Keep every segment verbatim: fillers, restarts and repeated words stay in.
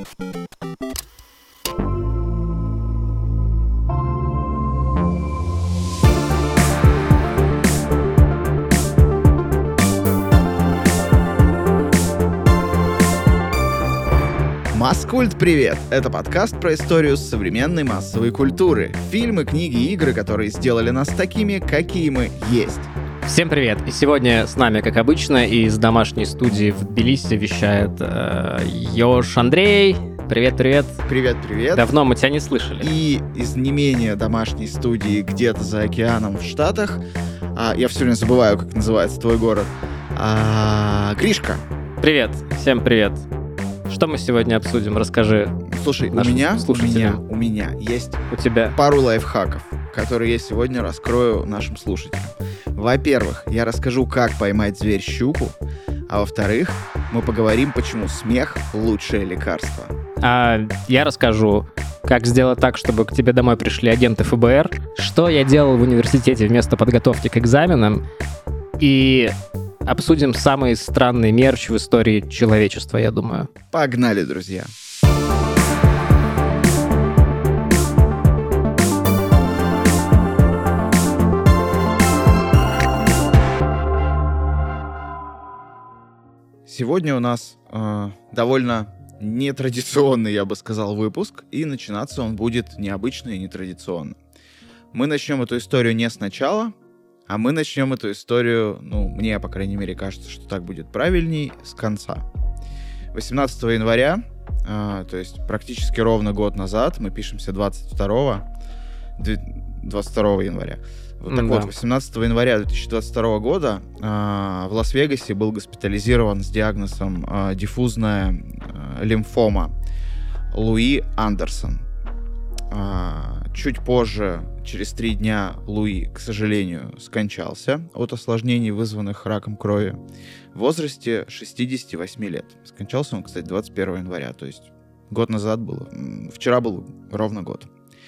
Маскульт, привет! Это подкаст про историю современной массовой культуры. Фильмы, книги, игры, которые сделали нас такими, какие мы есть. Всем привет! И сегодня с нами, как обычно, из домашней студии в Тбилиси вещает э, Ёж Андрей. Привет-привет! Привет-привет! Давно мы тебя не слышали. И из не менее домашней студии где-то за океаном в Штатах, а, я все время забываю, как называется твой город, а, Гришка. Привет! Всем привет! Что мы сегодня обсудим? Расскажи. Слушай, у меня, у меня, у меня есть у тебя пару лайфхаков, которые я сегодня раскрою нашим слушателям. Во-первых, я расскажу, как поймать зверь-щуку, а во-вторых, мы поговорим, почему смех — лучшее лекарство. А я расскажу, как сделать так, чтобы к тебе домой пришли агенты эф бэ эр, что я делал в университете вместо подготовки к экзаменам, и обсудим самый странный мерч в истории человечества, я думаю. Погнали, друзья! Сегодня у нас э, довольно нетрадиционный, я бы сказал, выпуск, и начинаться он будет необычно и нетрадиционно. Мы начнем эту историю не сначала, а мы начнем эту историю, ну, мне, по крайней мере, кажется, что так будет правильней, с конца. восемнадцатого января, э, то есть практически ровно год назад, мы пишемся двадцать второго января. Вот так да. вот, восемнадцатого января две тысячи двадцать второго года э, в Лас-Вегасе был госпитализирован с диагнозом э, диффузная э, лимфома Луи Андерсон. Э, чуть позже, через три дня, Луи, к сожалению, скончался от осложнений, вызванных раком крови, в возрасте шестидесяти восьми лет. Скончался он, кстати, двадцать первого января, то есть год назад было. Вчера был ровно год.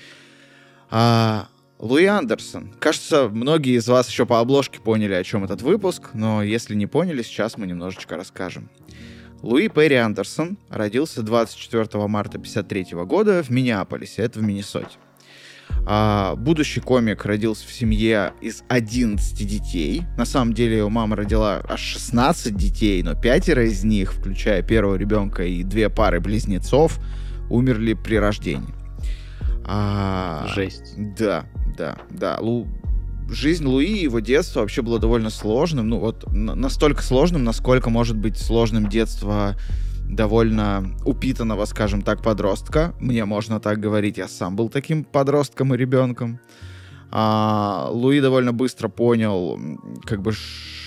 А Луи Андерсон. Кажется, многие из вас еще по обложке поняли, о чем этот выпуск, но если не поняли, сейчас мы немножечко расскажем. Луи Перри Андерсон родился двадцать четвёртого марта тысяча девятьсот пятьдесят третьего года в Миннеаполисе, это в Миннесоте. А, будущий комик родился в семье из одиннадцати детей. На самом деле его мама родила аж шестнадцать детей, но пятеро из них, включая первого ребенка и две пары близнецов, умерли при рождении. А, Жесть. Да, да, да. Лу... Жизнь Луи и его детство вообще было довольно сложным. Ну вот настолько сложным, насколько может быть сложным детство довольно упитанного, скажем так, подростка. Мне можно так говорить, я сам был таким подростком и ребенком. А, Луи довольно быстро понял, как бы,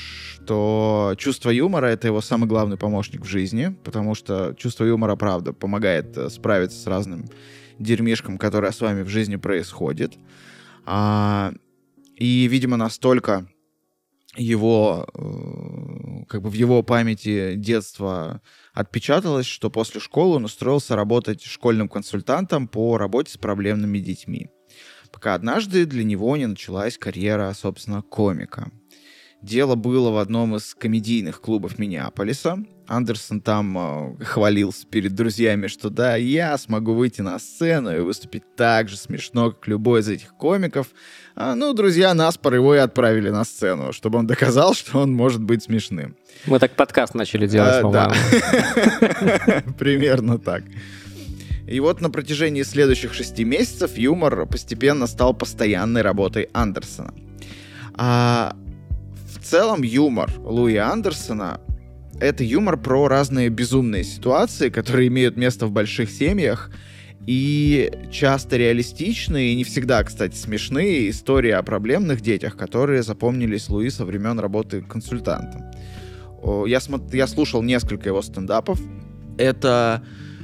что чувство юмора — это его самый главный помощник в жизни, потому что чувство юмора, правда, помогает справиться с разным дерьмишком, которое с вами в жизни происходит. А, и, видимо, настолько его, как бы в его памяти детство отпечаталось, что после школы он устроился работать школьным консультантом по работе с проблемными детьми. Пока однажды для него не началась карьера, собственно, комика. Дело было в одном из комедийных клубов Миннеаполиса. Андерсон там э, хвалился перед друзьями, что да, я смогу выйти на сцену и выступить так же смешно, как любой из этих комиков. А, ну, друзья наспор его и отправили на сцену, чтобы он доказал, что он может быть смешным. Мы так подкаст начали делать, а, по-моему. Да, примерно так. И вот на протяжении следующих шести месяцев юмор постепенно стал постоянной работой Андерсона. А в целом юмор Луи Андерсона — это юмор про разные безумные ситуации, которые имеют место в больших семьях, и часто реалистичные, и не всегда, кстати, смешные истории о проблемных детях, которые запомнились Луи со времен работы консультантом. Я, смо- я слушал несколько его стендапов. Это,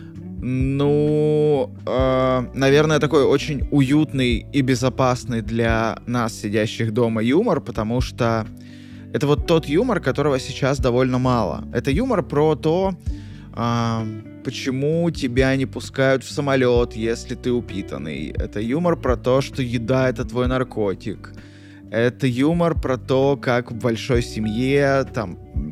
ну, э, наверное, такой очень уютный и безопасный для нас, сидящих дома, юмор, потому что это вот тот юмор, которого сейчас довольно мало. Это юмор про то, э, почему тебя не пускают в самолет, если ты упитанный. Это юмор про то, что еда — это твой наркотик. Это юмор про то, как в большой семье, там,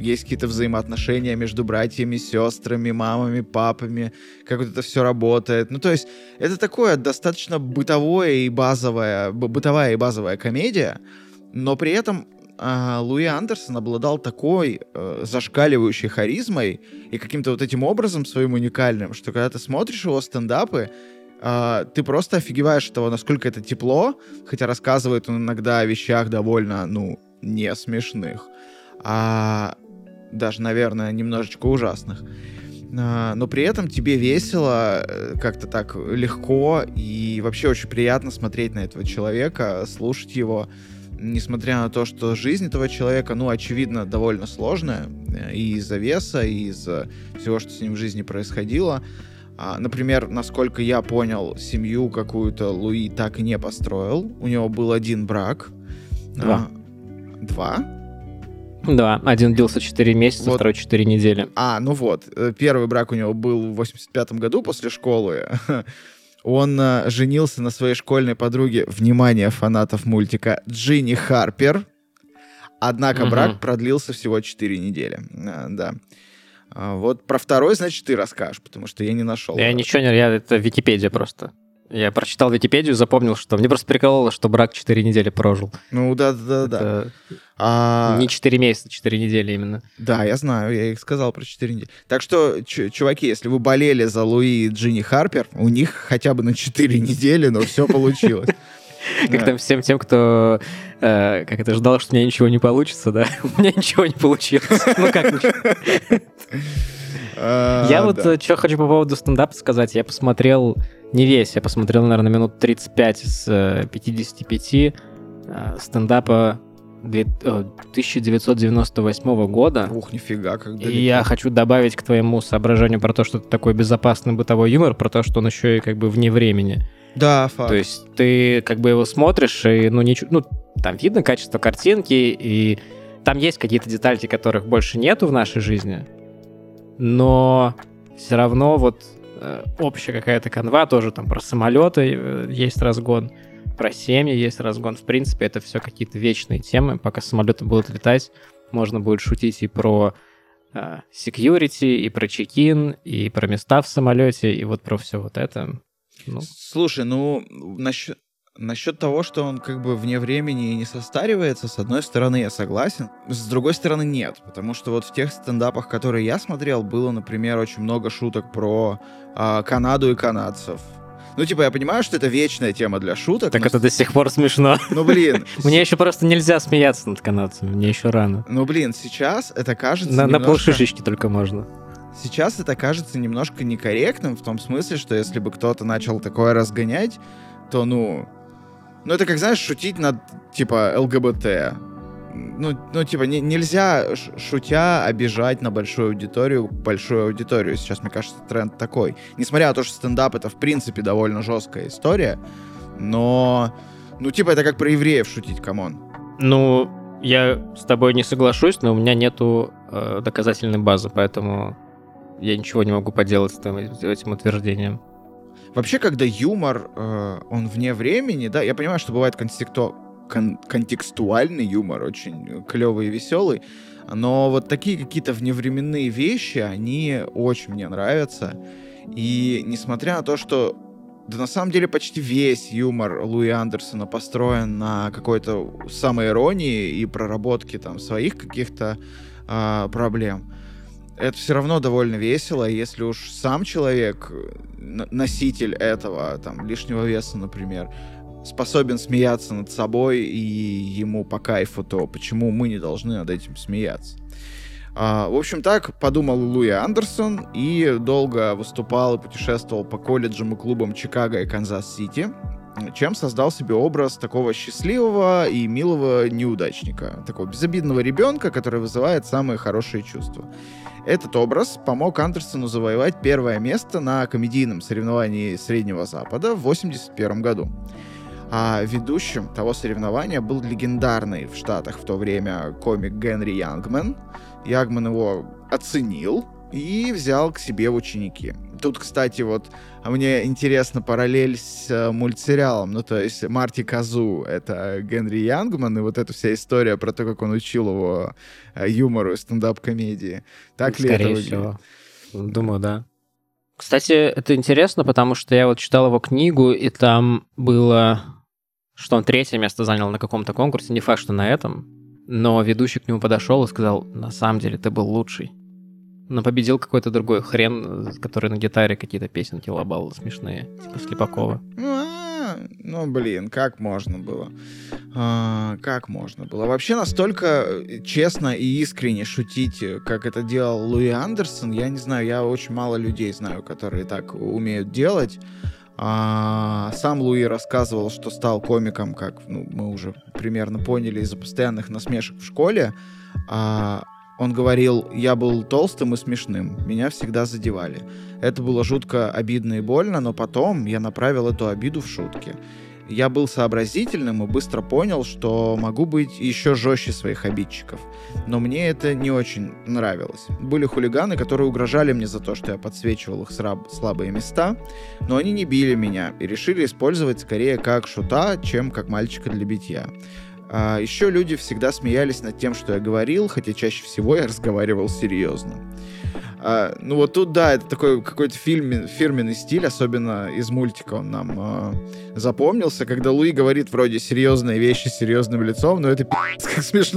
есть какие-то взаимоотношения между братьями, сестрами, мамами, папами, как вот это все работает. Ну, то есть это такое достаточно бытовое и базовое, бытовая и базовая комедия, но при этом э, Луи Андерсон обладал такой э, зашкаливающей харизмой и каким-то вот этим образом своим уникальным, что когда ты смотришь его стендапы, Uh, ты просто офигеваешь от того, насколько это тепло, хотя рассказывает он иногда о вещах довольно, ну, не смешных, а даже, наверное, немножечко ужасных. Uh, но при этом тебе весело, как-то так легко, и вообще очень приятно смотреть на этого человека, слушать его, несмотря на то, что жизнь этого человека, ну, очевидно, довольно сложная, и из-за веса, и из-за всего, что с ним в жизни происходило. А, например, насколько я понял, семью какую-то Луи так и не построил. У него был один брак. Два. А, два? Да, один длился четыре месяца, вот. Второй четыре недели. А, ну вот. Первый брак у него был в восемьдесят пятом году после школы. Он а, женился на своей школьной подруге, внимание, фанатов мультика, Джинни Харпер. Однако угу. брак продлился всего четыре недели. А, да. А вот про второй, значит, ты расскажешь, потому что я не нашел. Я ничего не... Я, это Википедия просто. Я прочитал Википедию, запомнил, что... Мне просто прикололо, что брак четыре недели прожил. Ну, да-да-да. А... Не четыре месяца, четыре недели именно. Да, я знаю, я их сказал про четыре недели. Так что, ч- чуваки, если вы болели за Луи и Джинни Харпер, у них хотя бы на четыре недели, но все получилось. Как там всем тем, кто э, как это ждал, что у меня ничего не получится, да? У меня ничего не получилось. Ну как ничего? Я вот что хочу по поводу стендапа сказать. Я посмотрел не весь, я посмотрел, наверное, минут тридцать пять из пятидесяти пяти стендапа тысяча девятьсот девяносто восьмого года. Ух, нифига, как далеко. И я хочу добавить к твоему соображению про то, что это такой безопасный бытовой юмор, про то, что он еще и как бы вне времени. Да, факт. То есть ты как бы его смотришь, и ну, ничего, ну там видно качество картинки, и там есть какие-то детальки, которых больше нету в нашей жизни, но все равно вот э, общая какая-то канва, тоже там про самолеты э, есть разгон, про семьи есть разгон. В принципе, это все какие-то вечные темы. Пока самолеты будут летать, можно будет шутить и про э, security, и про чекин, и про места в самолете, и вот про все вот это. Ну. Слушай, ну, насчет, насчет того, что он как бы вне времени и не состаривается, с одной стороны, я согласен, с другой стороны, нет, потому что вот в тех стендапах, которые я смотрел, было, например, очень много шуток про а, Канаду и канадцев. Ну, типа, я понимаю, что это вечная тема для шуток. Так но... это до сих пор смешно. Ну, блин. Мне еще просто нельзя смеяться над канадцами, мне еще рано. Ну, блин, сейчас это кажется На, немножко... на полшишечки только можно. Сейчас это кажется немножко некорректным, в том смысле, что если бы кто-то начал такое разгонять, то, ну... Ну, это как, знаешь, шутить над, типа, ЛГБТ. Ну, ну типа, не, нельзя, шутя, обижать на большую аудиторию, большую аудиторию. Сейчас, мне кажется, тренд такой. Несмотря на то, что стендап — это, в принципе, довольно жесткая история, но... Ну, типа, это как про евреев шутить, камон. Ну, я с тобой не соглашусь, но у меня нету э, доказательной базы, поэтому... Я ничего не могу поделать с этим утверждением. Вообще, когда юмор, э, он вне времени, да, я понимаю, что бывает контексту... кон... контекстуальный юмор, очень клевый и веселый, но вот такие какие-то вневременные вещи, они очень мне нравятся. И несмотря на то, что, да, на самом деле почти весь юмор Луи Андерсона построен на какой-то самоиронии и проработке там своих каких-то э, проблем, это все равно довольно весело, если уж сам человек, носитель этого, там, лишнего веса, например, способен смеяться над собой и ему по кайфу, то почему мы не должны над этим смеяться? А, в общем, так подумал Луи Андерсон и долго выступал и путешествовал по колледжам и клубам Чикаго и Канзас-Сити, чем создал себе образ такого счастливого и милого неудачника, такого безобидного ребенка, который вызывает самые хорошие чувства. Этот образ помог Андерсону завоевать первое место на комедийном соревновании Среднего Запада в восемьдесят первом году. А ведущим того соревнования был легендарный в Штатах в то время комик Генри Янгман. Янгман его оценил и взял к себе в ученики. Тут, кстати, вот а мне интересна параллель с э, мультсериалом. Ну, то есть Марти Казу — это Генри Янгман, и вот эта вся история про то, как он учил его э, юмору и стендап-комедии. Так ли это Скорее выглядит? всего. Думаю, да. Кстати, это интересно, потому что я вот читал его книгу, и там было, что он третье место занял на каком-то конкурсе, не факт, что на этом, но ведущий к нему подошел и сказал: на самом деле ты был лучший. Но победил какой-то другой хрен, который на гитаре какие-то песенки лобал смешные, типа Слепакова. А, Ну, блин, как можно было? А, Как можно было? Вообще настолько честно и искренне шутить, как это делал Луи Андерсон, я не знаю, я очень мало людей знаю, которые так умеют делать. А, Сам Луи рассказывал, что стал комиком, как ну, мы уже примерно поняли из-за постоянных насмешек в школе. А, Он говорил: я был толстым и смешным, меня всегда задевали. Это было жутко обидно и больно, но потом я направил эту обиду в шутки. Я был сообразительным и быстро понял, что могу быть еще жестче своих обидчиков. Но мне это не очень нравилось. Были хулиганы, которые угрожали мне за то, что я подсвечивал их сраб- слабые места, но они не били меня и решили использовать скорее как шута, чем как мальчика для битья. А еще люди всегда смеялись над тем, что я говорил, хотя чаще всего я разговаривал серьезно. А, ну вот тут, да, это такой какой-то фильм, фирменный стиль, особенно из мультика он нам а, запомнился, когда Луи говорит вроде серьезные вещи с серьезным лицом, но это пи***ц как смешно.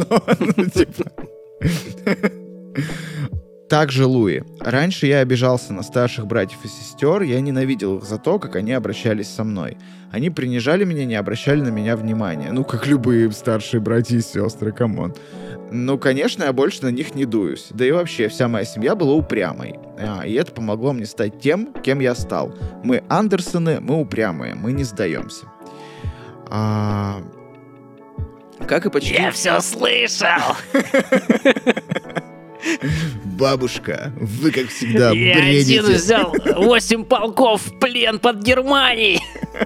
Также Луи. Раньше я обижался на старших братьев и сестер, я ненавидел их за то, как они обращались со мной. Они принижали меня, не обращали на меня внимания. Ну, как любые старшие братья и сестры, камон. Ну, конечно, я больше на них не дуюсь. Да и вообще, вся моя семья была упрямой. А, и это помогло мне стать тем, кем я стал. Мы Андерсоны, мы упрямые, мы не сдаемся. А... Как и почти... Я все слышал! Бабушка, вы, как всегда, Я бредите. один взял восемь полков в плен под Германией.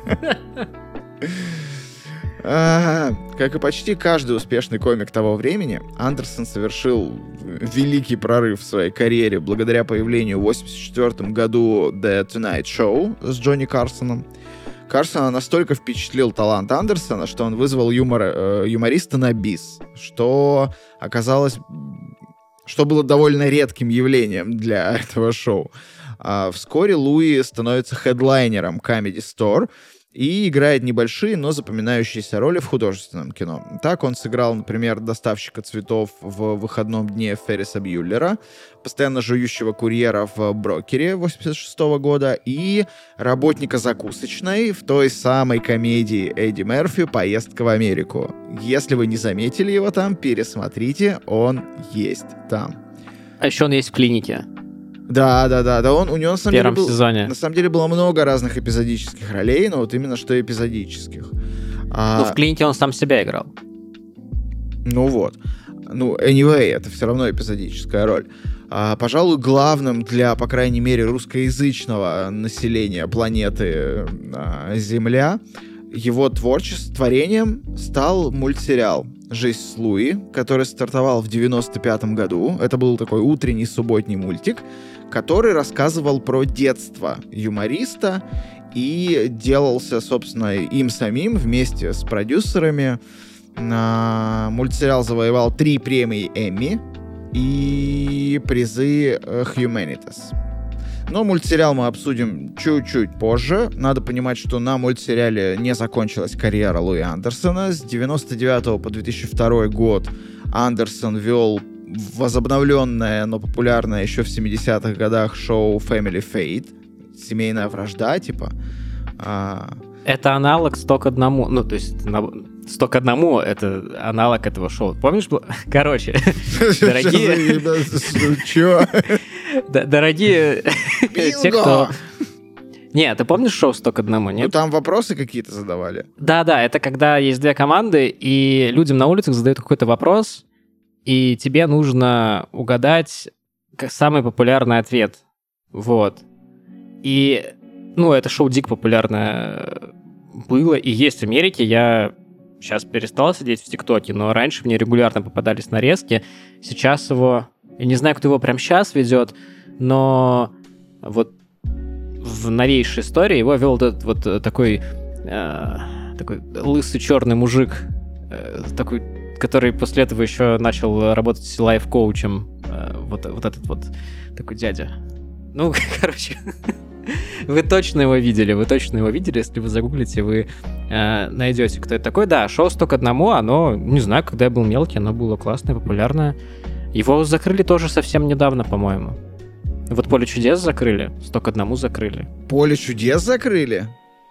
Ага. Как и почти каждый успешный комик того времени, Андерсон совершил великий прорыв в своей карьере благодаря появлению в восемьдесят четвёртом году The Tonight Show с Джонни Карсоном. Карсона настолько впечатлил талант Андерсона, что он вызвал юмор, э, юмориста на бис, что оказалось... что было довольно редким явлением для этого шоу. А вскоре Луи становится хедлайнером Comedy Store и играет небольшие, но запоминающиеся роли в художественном кино. Так он сыграл, например, доставщика цветов в «Выходном дне» Ферриса Бьюллера, постоянно жующего курьера в «Брокере» восемьдесят шестого года и работника закусочной в той самой комедии Эдди Мерфи «Поездка в Америку». Если вы не заметили его там, пересмотрите, он есть там. А еще он есть в клинике. Да, да, да, да, он у него на самом В первом деле был, сезоне. на самом деле было много разных эпизодических ролей, но вот именно что эпизодических. А, Ну, в клинике он сам себя играл. Ну вот. Ну, anyway, это все равно эпизодическая роль. А, пожалуй, главным для, по крайней мере, русскоязычного населения планеты а, Земля его творчеством, творением стал мультсериал «Жизнь с Луи», который стартовал в девяносто пятом году. Это был такой утренний субботний мультик, который рассказывал про детство юмориста и делался, собственно, им самим вместе с продюсерами. Мультсериал завоевал три премии Эмми и призы Humanitas. Но мультсериал мы обсудим чуть-чуть позже. Надо понимать, что на мультсериале не закончилась карьера Луи Андерсона. С девяносто девятого по две тысячи второй год Андерсон вел возобновленное, но популярное еще в семидесятых годах шоу Family Fate. Семейная вражда, типа. А... Это аналог сто к одному. Ну, то есть сто к одному это аналог этого шоу. Помнишь? Короче, дорогие... Чё? Дорогие те, кто... Не, ты помнишь шоу сто к одному, нет? Ну, там вопросы какие-то задавали. Да-да, это когда есть две команды, и людям на улицах задают какой-то вопрос, и тебе нужно угадать самый популярный ответ. Вот. И, ну, это шоу дико популярное было и есть в Америке. Я сейчас перестал сидеть в ТикТоке, но раньше мне регулярно попадались нарезки. Сейчас его... Я не знаю, кто его прямо сейчас ведет, но вот в новейшей истории его вел этот вот такой, э, такой лысый черный мужик, э, такой, который после этого еще начал работать лайф-коучем. Э, вот, вот этот вот такой дядя. Ну, короче, вы точно его видели, вы точно его видели, если вы загуглите, вы э, найдете, кто это такой. Да, шоу «сто к одному», оно, не знаю, когда я был мелкий, оно было классное, популярное. Его закрыли тоже совсем недавно, по-моему. Вот «Поле чудес» закрыли, «сто к одному» закрыли. «Поле чудес» закрыли?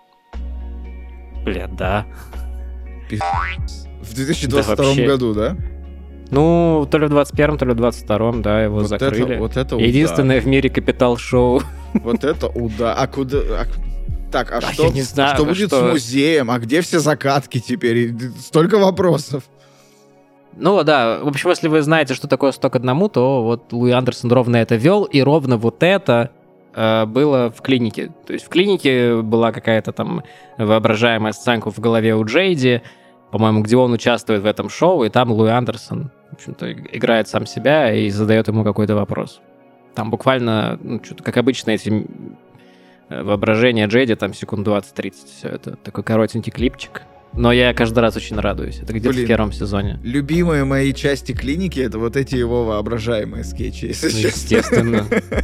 Бля, да. Пи***ц. В две тысячи двадцать втором да году, да? Ну, то ли в двадцать первом, то ли в двадцать втором, да, его вот закрыли. Это, вот это уда. Единственное в мире капитал-шоу. Вот это уда. А куда... А... Так, а, а что, не знаю, что будет что... с музеем? А где все закатки теперь? Столько вопросов. Ну да, в общем, если вы знаете, что такое «сто к одному», то вот Луи Андерсон ровно это вел, и ровно вот это э, было в клинике. То есть в клинике была какая-то там воображаемая сценка в голове у Джейди, по-моему, где он участвует в этом шоу, и там Луи Андерсон, в общем-то, играет сам себя и задает ему какой-то вопрос. Там буквально, ну, что-то, как обычно, эти воображения Джейди, там секунд двадцать-тридцать, все это такой коротенький клипчик. Но я каждый раз очень радуюсь. Это где-то Блин, в первом сезоне. Любимые мои части клиники — это вот эти его воображаемые скетчи, если ну, естественно.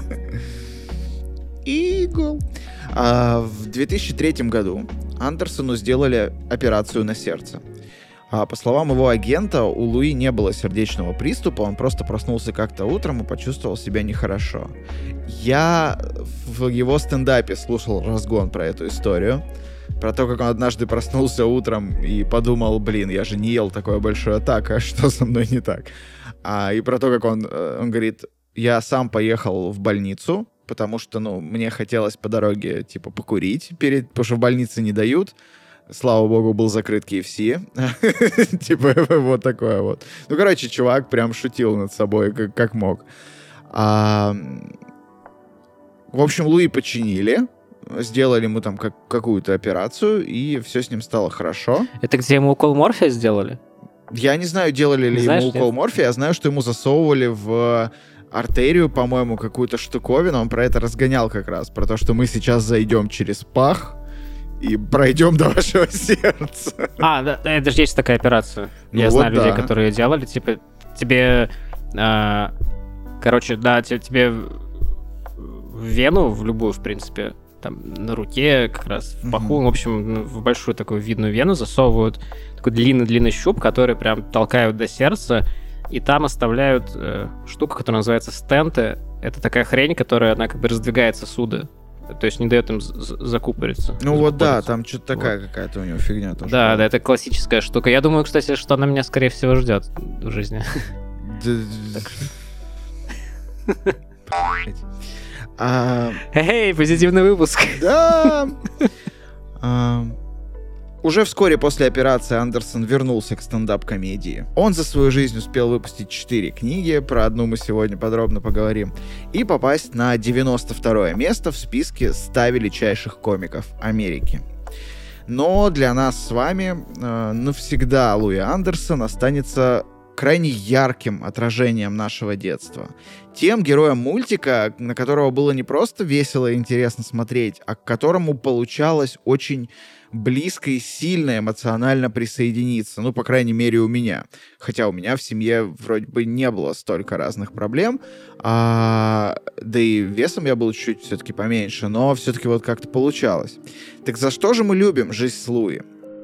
И гол. А, в две тысячи третьем году Андерсону сделали операцию на сердце. А, по словам его агента, у Луи не было сердечного приступа, он просто проснулся как-то утром и почувствовал себя нехорошо. Я в его стендапе слушал разгон про эту историю. Про то, как он однажды проснулся утром и подумал, блин, я же не ел такое большое тако, что со мной не так. А, и про то, как он, он говорит, я сам поехал в больницу, потому что, ну, мне хотелось по дороге, типа, покурить, перед, потому что в больнице не дают. Слава богу, был закрыт кей эф си. Типа, вот такое вот. Ну, короче, чувак прям шутил над собой, как мог. В общем, Луи починили. Сделали ему там как, какую-то операцию, и все с ним стало хорошо. Это где ему укол морфия сделали? Я не знаю, делали ли Знаешь, ему укол нет? морфия. Я знаю, что ему засовывали в артерию, по-моему, какую-то штуковину. Он про это разгонял как раз. Про то, что мы сейчас зайдем через пах и пройдем до вашего сердца. А, да, это же есть такая операция. Ну Я вот знаю людей, да. которые делали. Типа, тебе... А, короче, да, тебе, тебе в вену, в любую, в принципе... там, на руке, как раз в паху, mm-hmm. в общем, в большую такую видную вену засовывают такой длинный-длинный щуп, который прям толкают до сердца, и там оставляют э, штуку, которая называется стенты. Это такая хрень, которая, она как бы раздвигает сосуды, то есть не дает им закупориться. Ну вот да, там что-то такая вот. Какая-то у него фигня тоже. Да, да, это классическая штука. Я думаю, кстати, что она меня, скорее всего, ждет в жизни. А... Эй, позитивный выпуск. Да. а... Уже вскоре после операции Андерсон вернулся к стендап-комедии. Он за свою жизнь успел выпустить четыре книги, про одну мы сегодня подробно поговорим, и попасть на девяносто второе место в списке ста величайших комиков Америки. Но для нас с вами э, навсегда Луи Андерсон останется крайне ярким отражением нашего детства. Тем героем мультика, на которого было не просто весело и интересно смотреть, а к которому получалось очень близко и сильно эмоционально присоединиться. Ну, по крайней мере, у меня. Хотя у меня в семье вроде бы не было столько разных проблем. А, да и весом я был чуть все-таки поменьше, но все-таки вот как-то получалось. Так за что же мы любим «Жизнь с Луи»?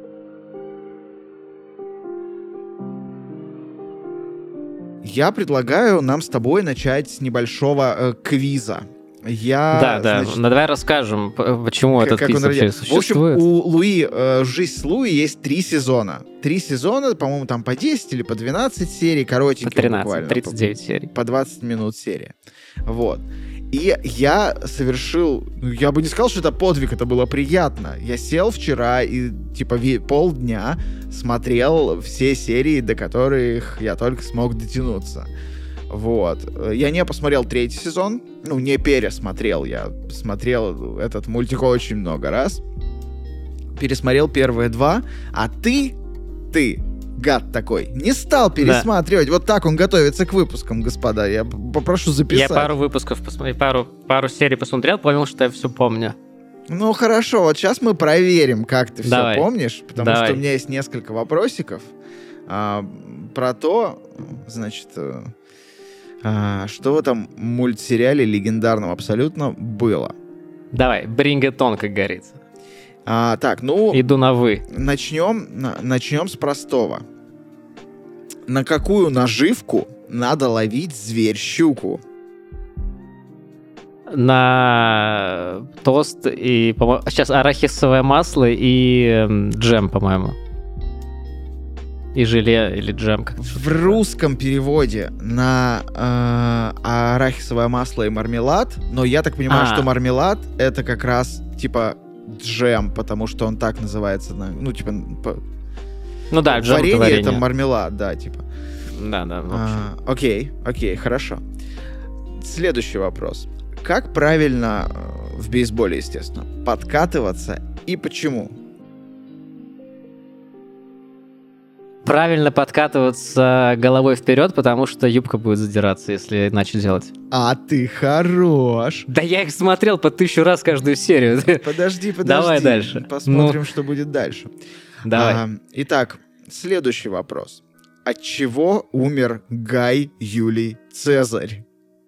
Я предлагаю нам с тобой начать с небольшого э, квиза. Я, да, да, значит, ну давай расскажем, почему как, этот как квиз вообще существует. В общем, у Луи э, «Жизнь с Луи» есть три сезона. Три сезона, по-моему, там по десять или по двенадцать серий, коротенькие по тринадцать, буквально. тридцать девять по, серий. По двадцать минут серия. Вот. И я совершил... Ну, я бы не сказал, что это подвиг, это было приятно. Я сел вчера и, типа, полдня смотрел все серии, до которых я только смог дотянуться. Вот. Я не посмотрел третий сезон. Ну, не пересмотрел. Я смотрел этот мультик очень много раз. Пересмотрел первые два. А ты, ты, гад такой, не стал пересматривать. Да. Вот так он готовится к выпускам, господа. Я попрошу записать. Я пару выпусков посмотрел, пару, пару серий посмотрел, понял, что я все помню. Ну хорошо, вот сейчас мы проверим, как ты Давай. все помнишь, потому Давай. что у меня есть несколько вопросиков а, про то, значит, а, что в этом мультсериале легендарном абсолютно было. Давай, bring it on, как говорится. А, так, ну, Иду на «вы». начнем, на- начнем с простого. На какую наживку надо ловить зверь-щуку? На тост и, по-моему, сейчас арахисовое масло и эм, джем, по-моему. И желе или джем. Как В русском переводе на э, арахисовое масло и мармелад, но я так понимаю, А. что мармелад — это как раз типа джем, потому что он так называется, на- ну типа по- Ну да, джем варенье, это варенье. это мармелад, да, типа. Да, да, в общем. А, окей, окей, хорошо. Следующий вопрос. Как правильно э, в бейсболе, естественно, подкатываться и почему? Правильно подкатываться головой вперед, потому что юбка будет задираться, если иначе делать. А ты хорош. Да я их смотрел по тысячу раз каждую серию. Подожди, подожди. Давай дальше. Посмотрим, что будет дальше. Давай. А, итак, следующий вопрос. От чего умер Гай Юлий Цезарь?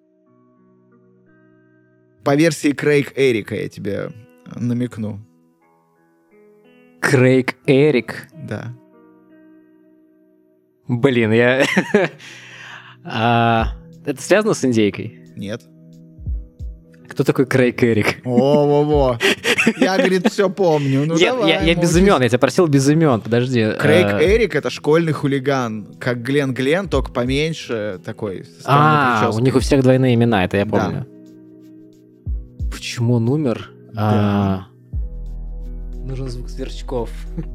По версии Крейг Эрика я тебе намекну. Крейг Эрик. Да. Блин, я... А, это связано с индейкой? Нет. Кто такой Крейг Эрик? О-во-во. Я, говорит, все помню. Ну, Нет, давай, я, я без молчи. имен, я тебя просил без имен, подожди. Крейг А, Эрик — это школьный хулиган. Как Глен Глен, только поменьше такой. с странной А, прической. у них у всех двойные имена, это я Да. помню. Почему он умер? А, Нужен звук сверчков.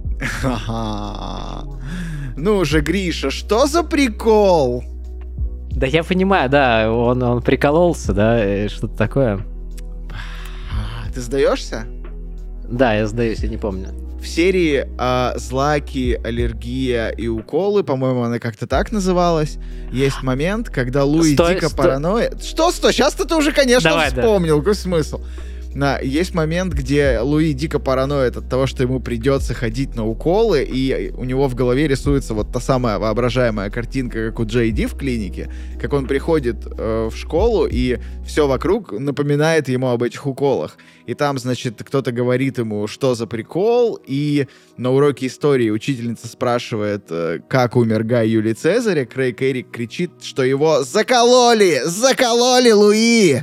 Ага. Ну же, Гриша, что за прикол? Да я понимаю, да, он, он прикололся, да, и что-то такое. Ты сдаешься? Да, я сдаюсь, я не помню. В серии а, «Злаки, аллергия и уколы», по-моему, она как-то так называлась, есть момент, когда Луи Стой, дико стой. параноид. Что, стой, сейчас-то ты уже, конечно, Давай, да. вспомнил, какой смысл? На, есть момент, где Луи дико параноид от того, что ему придется ходить на уколы, и у него в голове рисуется вот та самая воображаемая картинка, как у Джей Ди в клинике, как он приходит э, в школу, и все вокруг напоминает ему об этих уколах. И там, значит, кто-то говорит ему, что за прикол, и на уроке истории учительница спрашивает, э, как умер Гай Юлий Цезарь, Крейг Эрик кричит, что его закололи! Закололи, Луи!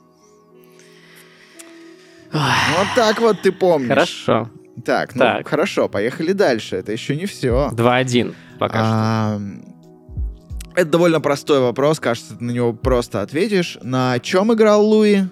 Вот так вот ты помнишь. Хорошо. Так, ну Так. хорошо, поехали дальше. Это еще не все. два один пока что. А, это довольно простой вопрос, кажется, ты на него просто ответишь. На чем играл Луи?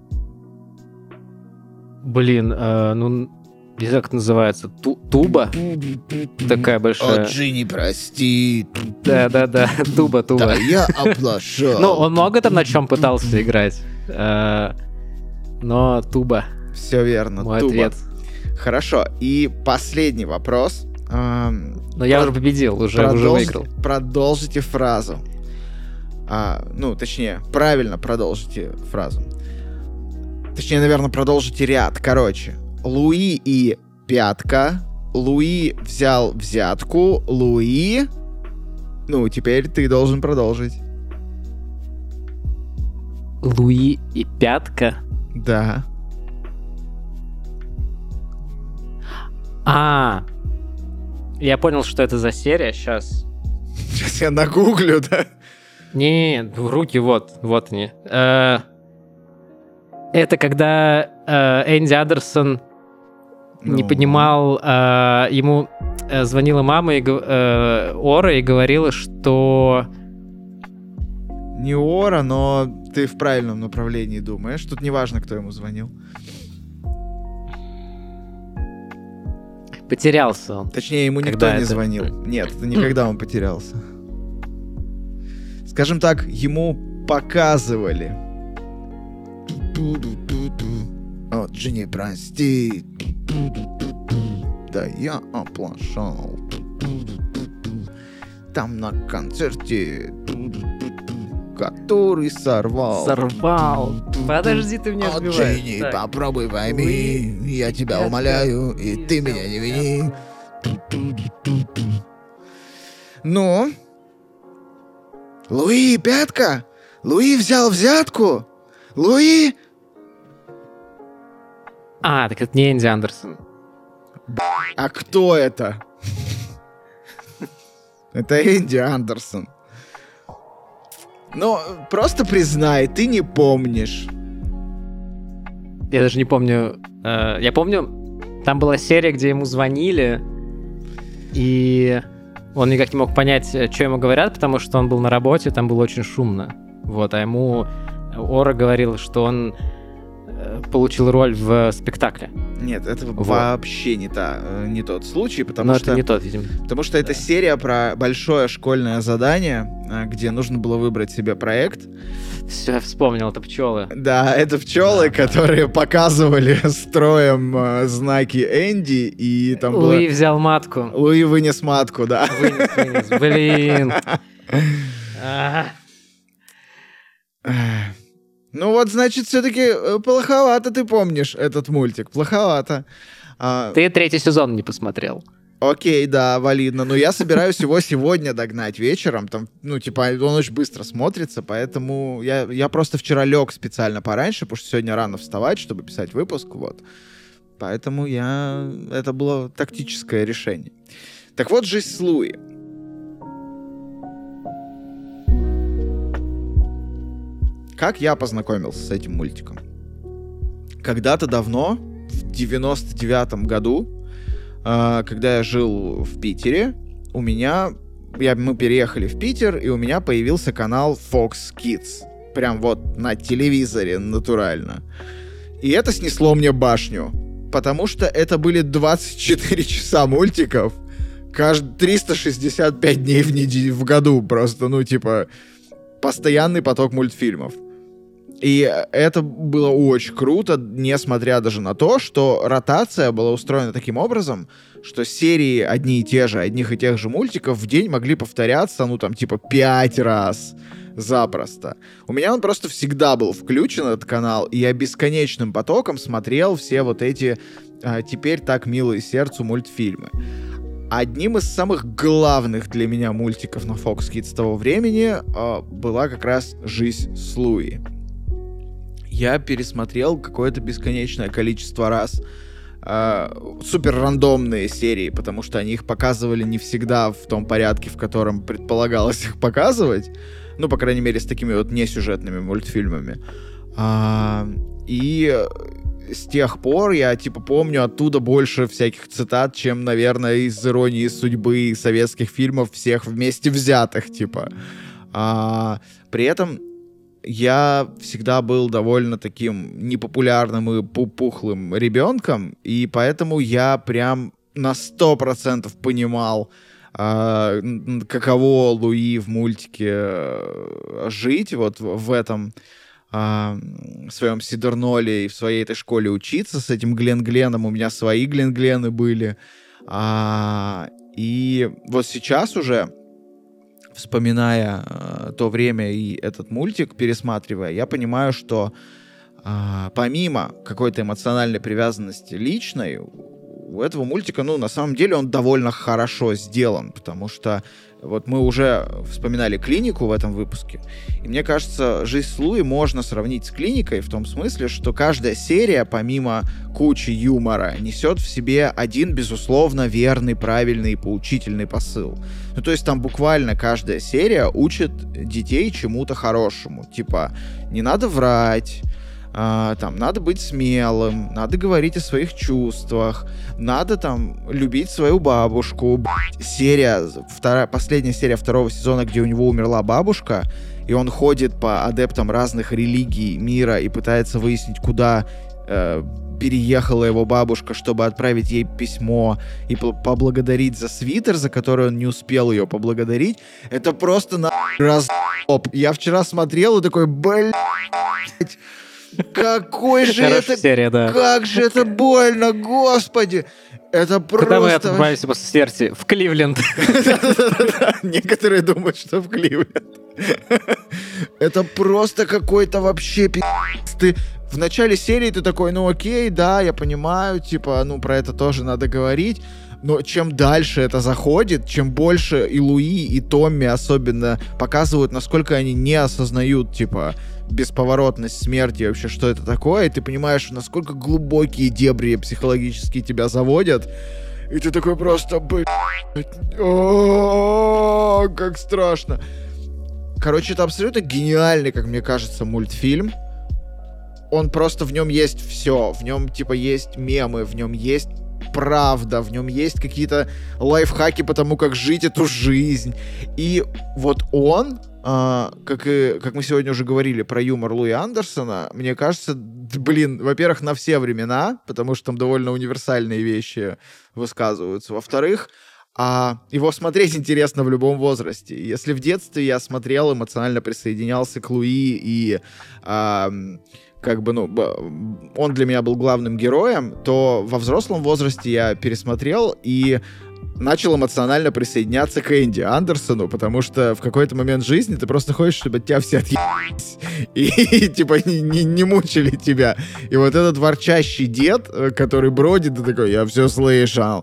Блин, э, ну, не знаю, как это называется. Ту- туба? Такая большая. Джинни, прости. Да-да-да, туба, туба. я оплошал. Ну, он много там на чем пытался играть. Э, Но туба, Все верно, мой туба. ответ. Хорошо, и последний вопрос. Ам, Но я Про- уже победил, уже, уже продолж- выиграл. Продолжите фразу. А, ну, точнее, правильно продолжите фразу. Точнее, наверное, продолжите ряд. Короче, Луи и пятка. Луи взял взятку. Луи... Ну, теперь ты должен продолжить. Луи и пятка. Да. А, я понял, что это за серия. Сейчас. Сейчас я нагуглю, да? Не, руки вот, вот они. Э, Это когда э, Энди Андерсон не Ну. понимал, э, ему э, звонила мама и, гов- э, Ора и говорила, что... Не Ора, но ты в правильном направлении думаешь. Тут не важно, кто ему звонил. Потерялся он. Точнее, ему никто Когда не это? звонил. Нет, это никогда он потерялся. Скажем так, ему показывали. О, Джинни, прости. Да я оплошал. Там на концерте который сорвал. Сорвал. Подожди, ты меня От сбиваешь. Джинни, Так. попробуй пойми, я тебя Я умоляю, тебя- и ты меня не вини. Ну? Луи, пятка? Луи взял взятку? Луи? А, так это не Энди Андерсон. А кто это? Это Энди Андерсон. Ну, просто признай, ты не помнишь. Я даже не помню. э, Я помню, там была серия, где ему звонили, и он никак не мог понять, что ему говорят, потому что он был на работе, там было очень шумно. Вот, а ему Ора говорил, что он э, получил роль в спектакле. Нет, это Вот. вообще не, та, э, не тот случай, потому Но что... это не тот, видимо. Потому что это серия про большое школьное задание, а, где нужно было выбрать себе проект. Все, я вспомнил, это пчелы. Да, это пчелы, которые показывали строем э, знаки Энди, и там было... Луи взял матку. Луи вынес матку, да. Вынес, вынес. Блин. А. Ну вот, значит, все-таки плоховато ты помнишь этот мультик. Плоховато. А, Ты третий сезон не посмотрел. Окей, да, валидно. Но я собираюсь его сегодня догнать вечером. Там, ну, типа, он очень быстро смотрится, поэтому я, я просто вчера лег специально пораньше, потому что сегодня рано вставать, чтобы писать выпуск, вот. Поэтому я... Это было тактическое решение. Так вот, «Жизнь с Луи». Как я познакомился с этим мультиком? Когда-то давно, в девяносто девятом году, э, когда я жил в Питере, у меня... Я, мы переехали в Питер, и у меня появился канал Fox Kids. Прям вот на телевизоре, натурально. И это снесло мне башню. Потому что это были двадцать четыре часа мультиков, каждый триста шестьдесят пять дней в, неделю, в году просто, ну, типа, постоянный поток мультфильмов. И это было очень круто, несмотря даже на то, что ротация была устроена таким образом, что серии одни и те же, одних и тех же мультиков в день могли повторяться, ну, там, типа, пять раз запросто. У меня он просто всегда был включен, этот канал, и я бесконечным потоком смотрел все вот эти а, теперь так милые сердцу мультфильмы. Одним из самых главных для меня мультиков на Fox Kids того времени а, была как раз «Жизнь с Луи». Я пересмотрел какое-то бесконечное количество раз э, супер рандомные серии, потому что они их показывали не всегда в том порядке, в котором предполагалось их показывать. Ну, по крайней мере, с такими вот несюжетными мультфильмами. А, и с тех пор я, типа, помню оттуда больше всяких цитат, чем, наверное, из «Иронии судьбы» и советских фильмов всех вместе взятых, типа. А, при этом я всегда был довольно таким непопулярным и пухлым ребенком, и поэтому я прям на сто процентов понимал, э, каково Луи в мультике э, жить вот в, в этом э, своем Сидерноле и в своей этой школе учиться с этим Глен-Гленом. У меня свои Глен-Глены были. А, и вот сейчас уже, вспоминая э, то время и этот мультик, пересматривая, я понимаю, что э, помимо какой-то эмоциональной привязанности личной, у этого мультика, ну, на самом деле он довольно хорошо сделан, потому что вот мы уже вспоминали «Клинику» в этом выпуске, и мне кажется, «Жизнь с Луи» можно сравнить с «Клиникой» в том смысле, что каждая серия, помимо кучи юмора, несет в себе один, безусловно, верный, правильный и поучительный посыл. Ну, то есть там буквально каждая серия учит детей чему-то хорошему. Типа, не надо врать, а, там, надо быть смелым, надо говорить о своих чувствах, надо там любить свою бабушку. Серия, вторая, последняя серия второго сезона, где у него умерла бабушка, и он ходит по адептам разных религий мира и пытается выяснить, куда э, переехала его бабушка, чтобы отправить ей письмо и поблагодарить за свитер, за который он не успел ее поблагодарить. Это просто на разъеб. Я вчера смотрел и такой, блядь, какой же это... серия, да. Как же это больно, господи! Это просто... Куда мы отправимся после смерти? В Кливленд. Некоторые думают, что в Кливленд. Это просто какой-то вообще пи***ц. Ты в начале серии ты такой, ну окей, да, я понимаю, типа, ну про это тоже надо говорить. Но чем дальше это заходит, чем больше и Луи, и Томми особенно показывают, насколько они не осознают, типа, бесповоротность смерти, вообще, что это такое, и ты понимаешь, насколько глубокие дебри психологически тебя заводят, и ты такой просто, блядь, о, как страшно. Короче, это абсолютно гениальный, как мне кажется, мультфильм. Он просто, в нем есть все, в нем, типа, есть мемы, в нем есть правда, в нем есть какие-то лайфхаки по тому, как жить эту жизнь. И вот он, а, как, и, как мы сегодня уже говорили про юмор Луи Андерсона, мне кажется, блин, во-первых, на все времена, потому что там довольно универсальные вещи высказываются. Во-вторых, а его смотреть интересно в любом возрасте. Если в детстве я смотрел, эмоционально присоединялся к Луи и... А, как бы, ну, он для меня был главным героем, то во взрослом возрасте я пересмотрел и начал эмоционально присоединяться к Энди Андерсону, потому что в какой-то момент жизни ты просто хочешь, чтобы от тебя все отъебались и, и типа не, не, не мучили тебя. И вот этот ворчащий дед, который бродит, ты такой, я все слышал.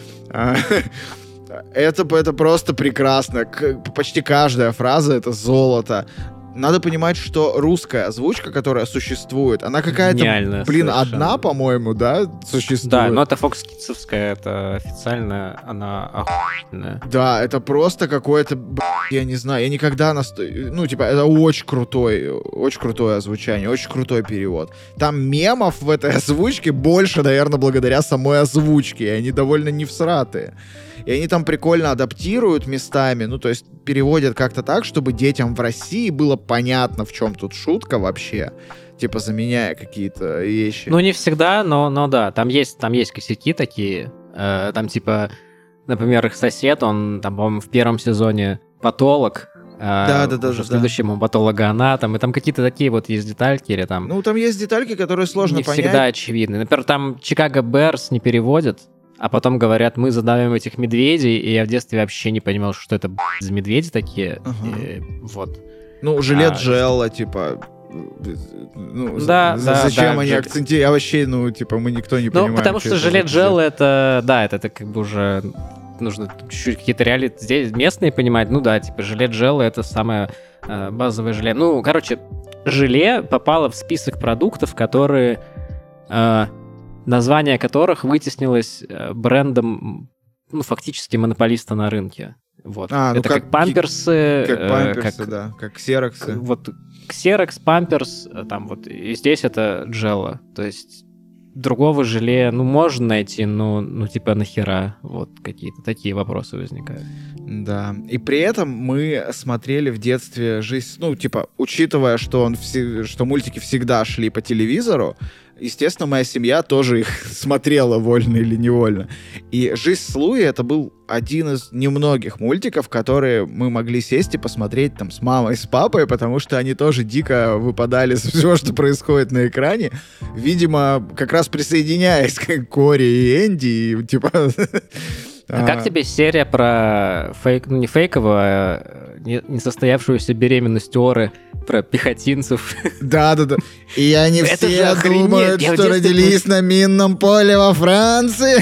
Это, это просто прекрасно. Почти каждая фраза — это золото. Надо понимать, что русская озвучка, которая существует, она какая-то, гениально, блин, совершенно. Одна, по-моему, да, существует? Да, но это Fox Kids'овская, это официально, она охуенная. Да, это просто какое-то, я не знаю, я никогда... Наст... Ну, типа, это очень крутой, очень крутое озвучание, очень крутой перевод. Там мемов в этой озвучке больше, наверное, благодаря самой озвучке, и они довольно невсратые. И они там прикольно адаптируют местами, ну, то есть переводят как-то так, чтобы детям в России было понятно, в чем тут шутка вообще, типа заменяя какие-то вещи. Ну, не всегда, но, но да, там есть, там есть косяки такие, э, там типа, например, их сосед, он там, по-моему, в первом сезоне патолог, Да, да, да. Уже да, следующему да. патолога она, там, и там какие-то такие вот есть детальки, или там... Ну, там есть детальки, которые сложно не понять. Не всегда очевидны. Например, там Чикаго Берс не переводят, а потом говорят, мы задавим этих медведей, и я в детстве вообще не понимал, что это, блядь, за медведи такие. Ага. И, вот. Ну, жилет а, Джелла, типа... Ну, да, за, да, зачем да, они ж... акцентируют? А вообще, ну, типа, мы никто не ну, понимаем. Ну, потому что жилет Джелла, это, да, это, это как бы уже... Нужно чуть-чуть какие-то реалии здесь местные понимать. Ну да, типа, жилет Джелла — это самое э, базовое желе. Ну, короче, желе попало в список продуктов, которые... Э, название которых вытеснилось брендом, ну, фактически монополиста на рынке. Вот. А, ну это как, как памперсы. Как памперсы, э, как, да, как ксероксы. Как, вот ксерокс, памперс, там вот, и здесь это Джелла. То есть другого желе, ну, можно найти, но, ну, типа, нахера? Вот какие-то такие вопросы возникают. Да. И при этом мы смотрели в детстве жизнь, ну, типа, учитывая, что, он все, что мультики всегда шли по телевизору, естественно, моя семья тоже их смотрела, вольно или невольно. И «Жизнь с Луи» — это был один из немногих мультиков, которые мы могли сесть и посмотреть там с мамой, с папой, потому что они тоже дико выпадали со всего, что происходит на экране. Видимо, как раз присоединяясь к Кори и Энди, и, типа... А, а как тебе серия про фейк, ну не фейковую, а несостоявшуюся беременность Оры, про пехотинцев? Да-да-да. И они все думают, что родились на минном поле во Франции.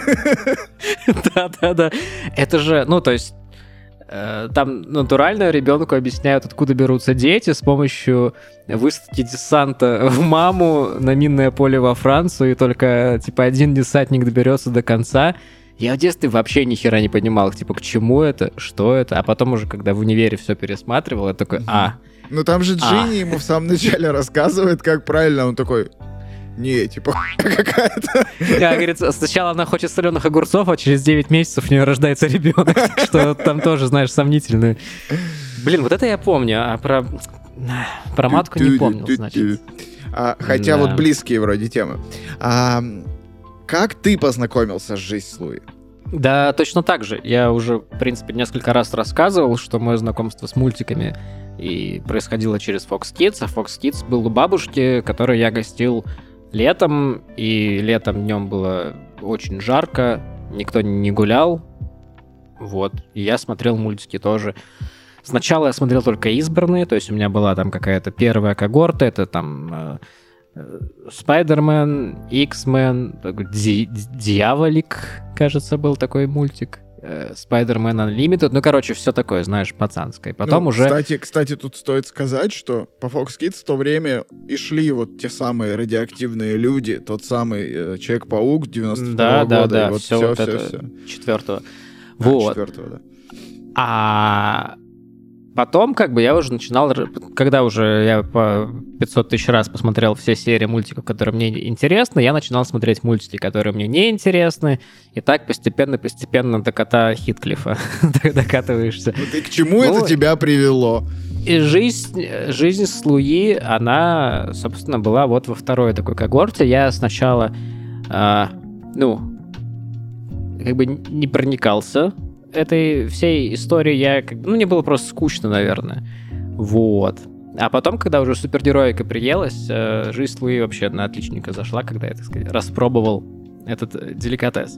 Да-да-да. Это же, ну то есть, там натурально ребенку объясняют, откуда берутся дети с помощью высадки десанта в маму на минное поле во Францию, и только типа один десантник доберется до конца. Я в детстве вообще ни хера не понимал, типа, к чему это, что это, а потом уже, когда в универе все пересматривал, я такой, а. Ну там же Джинни ему в самом начале рассказывает, как правильно, он такой... Не, типа, какая-то. Да, говорит, сначала она хочет соленых огурцов, а через девять месяцев у нее рождается ребенок, что там тоже, знаешь, сомнительно. Блин, вот это я помню, а про, про матку не помнил, значит. А, хотя да. Вот близкие вроде темы. А, как ты познакомился с «Жизнь с Луи»? Да, точно так же. Я уже, в принципе, несколько раз рассказывал, что мое знакомство с мультиками и происходило через Fox Kids, а Fox Kids был у бабушки, которой я гостил летом, и летом днем было очень жарко, никто не гулял, вот, и я смотрел мультики тоже. Сначала я смотрел только избранные, то есть у меня была там какая-то первая когорта, это там Спайдермен, Икс-мен, Ди- Дьяволик, кажется, был такой мультик. Spider-Man Unlimited, ну, короче, все такое, знаешь, пацанское. Потом ну, уже... Кстати, кстати, тут стоит сказать, что по Fox Kids в то время и шли вот те самые радиоактивные люди, тот самый э, Человек-паук девяносто второго да, года. Да, да, вот все, все, вот все, это все. четвертого. А, Вот. четвертого, да. А потом, как бы, я уже начинал, когда уже я по пятьсот тысяч раз посмотрел все серии мультиков, которые мне интересны, я начинал смотреть мультики, которые мне не интересны, и так постепенно-постепенно до кота Хитклифа докатываешься. Вот и к чему Ну, это тебя привело? И жизнь, жизнь с Луи, она, собственно, была вот во второй такой когорте. Я сначала, а, ну, как бы не проникался этой всей историей. Я, как бы, ну, мне было просто скучно, наверное. Вот. А потом, когда уже супергероика приелась, жизнь с Луи вообще на отличника зашла, когда я, так сказать, распробовал этот деликатес.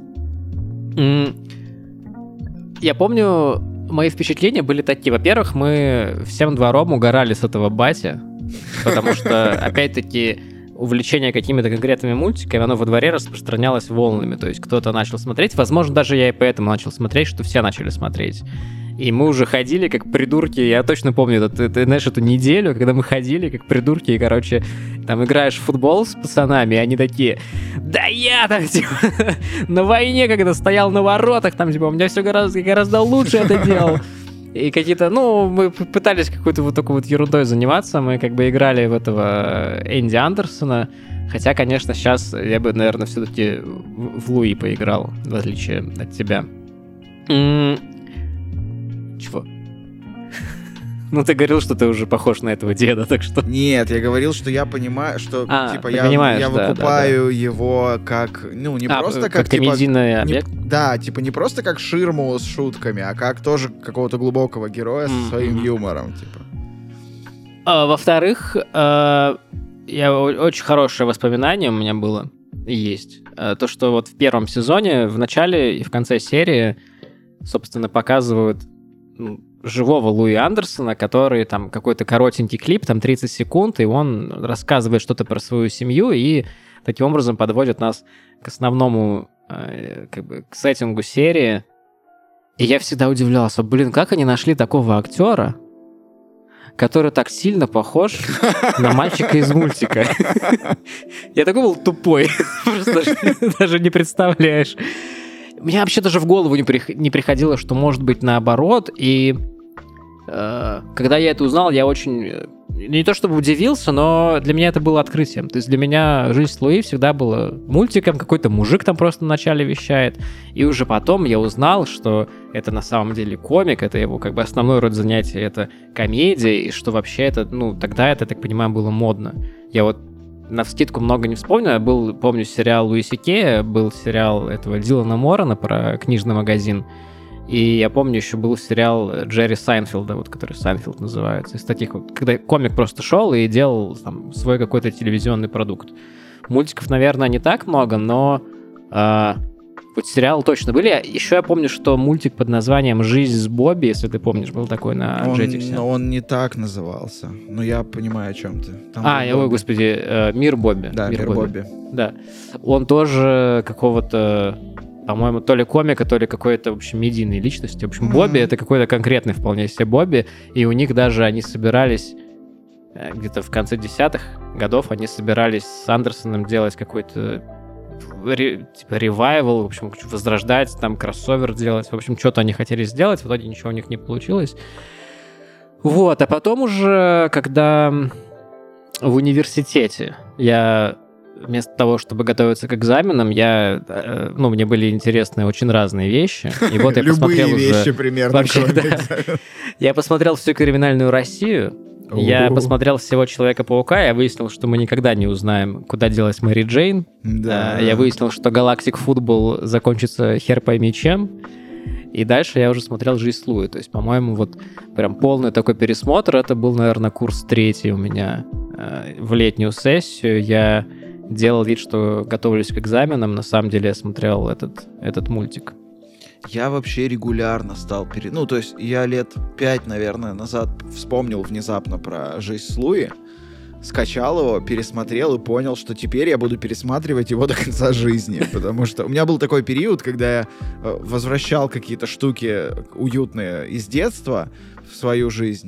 Я помню, мои впечатления были такие. Во-первых, мы всем двором угорали с этого батя, потому что, опять-таки, увлечение какими-то конкретными мультиками, оно во дворе распространялось волнами. То есть кто-то начал смотреть. Возможно, даже я и поэтому начал смотреть, что все начали смотреть. И мы уже ходили как придурки. Я точно помню, это, ты знаешь, эту неделю, когда мы ходили как придурки, и, короче, там играешь в футбол с пацанами, и они такие: да я там, типа, на войне, когда стоял на воротах, там, типа, у меня все гораздо, гораздо лучше это делал. И какие-то, ну, мы пытались какой-то вот такой вот ерундой заниматься, мы как бы играли в этого Энди Андерсона, хотя, конечно, сейчас я бы, наверное, все-таки в Луи поиграл, в отличие от тебя. Чего? Ну, ты говорил, что ты уже похож на этого деда, так что... Нет, я говорил, что я понимаю, что, а, типа, я, я да, выкупаю да, да. его как, ну, не а, просто как, как типа... комедийный объект? Не, да, типа, не просто как ширму с шутками, а как тоже какого-то глубокого героя mm-hmm. со своим юмором, типа. А, во-вторых, а, я, очень хорошее воспоминание у меня было, есть. А, то, что вот в первом сезоне, в начале и в конце серии, собственно, показывают... Ну, живого Луи Андерсона, который там какой-то коротенький клип, там тридцать секунд, и он рассказывает что-то про свою семью и таким образом подводит нас к основному, э, как бы, к сеттингу серии. И я всегда удивлялся, блин, как они нашли такого актера, который так сильно похож на мальчика из мультика. Я такой был тупой, просто даже не представляешь. Мне вообще даже в голову не приходило, что может быть наоборот, и э, когда я это узнал, я очень, не то чтобы удивился, но для меня это было открытием. То есть для меня «Жизнь с Луи» всегда была мультиком, какой-то мужик там просто вначале вещает, и уже потом я узнал, что это на самом деле комик, это его как бы основной род занятия, это комедия, и что вообще это, ну, тогда это, так понимаю, было модно. Я вот навскидку много не вспомню. Я был, помню, сериал Луи Си Кея, был сериал этого Дилана Морана про книжный магазин. И я помню, еще был сериал Джерри Сайнфилда, вот, который Сайнфилд называется. Из таких вот, когда комик просто шел и делал там свой какой-то телевизионный продукт. Мультиков, наверное, не так много, но э, вот сериалы точно были. Еще я помню, что мультик под названием «Жизнь с Бобби», если ты помнишь, был такой на Jetix. Он, он не так назывался, но я понимаю, о чем ты. Там а, ой, господи, э, «Мир Бобби». Да, «Мир, Мир Бобби». Бобби. Да. Он тоже какого-то, по-моему, то ли комика, то ли какой-то, в общем, медийной личности. В общем, mm-hmm. Бобби — это какой-то конкретный вполне себе Бобби, и у них даже они собирались где-то в конце десятых годов, они собирались с Андерсоном делать какой-то Ре, типа ревайвал, в общем, возрождать, там кроссовер делать, в общем, что-то они хотели сделать, в итоге ничего у них не получилось. Вот, а потом уже, когда в университете я вместо того, чтобы готовиться к экзаменам, я, ну, мне были интересны очень разные вещи, и вот я посмотрел уже... Любые вещи примерно, вообще, да. Я посмотрел всю криминальную Россию. Я посмотрел всего Человека-паука, я выяснил, что мы никогда не узнаем, куда делась Мэри Джейн. Да. Я выяснил, что Галактик Футбол закончится хер пойми чем. И дальше я уже смотрел «Жизнь с Луи». То есть, по-моему, вот прям полный такой пересмотр. Это был, наверное, курс третий у меня в летнюю сессию. Я делал вид, что готовлюсь к экзаменам. На самом деле я смотрел этот, этот мультик. я вообще регулярно стал пере... Ну, то есть я лет пять, наверное, назад вспомнил внезапно про «Жизнь с Луи», скачал его, пересмотрел и понял, что теперь я буду пересматривать его до конца жизни, потому что у меня был такой период, когда я возвращал какие-то штуки уютные из детства в свою жизнь,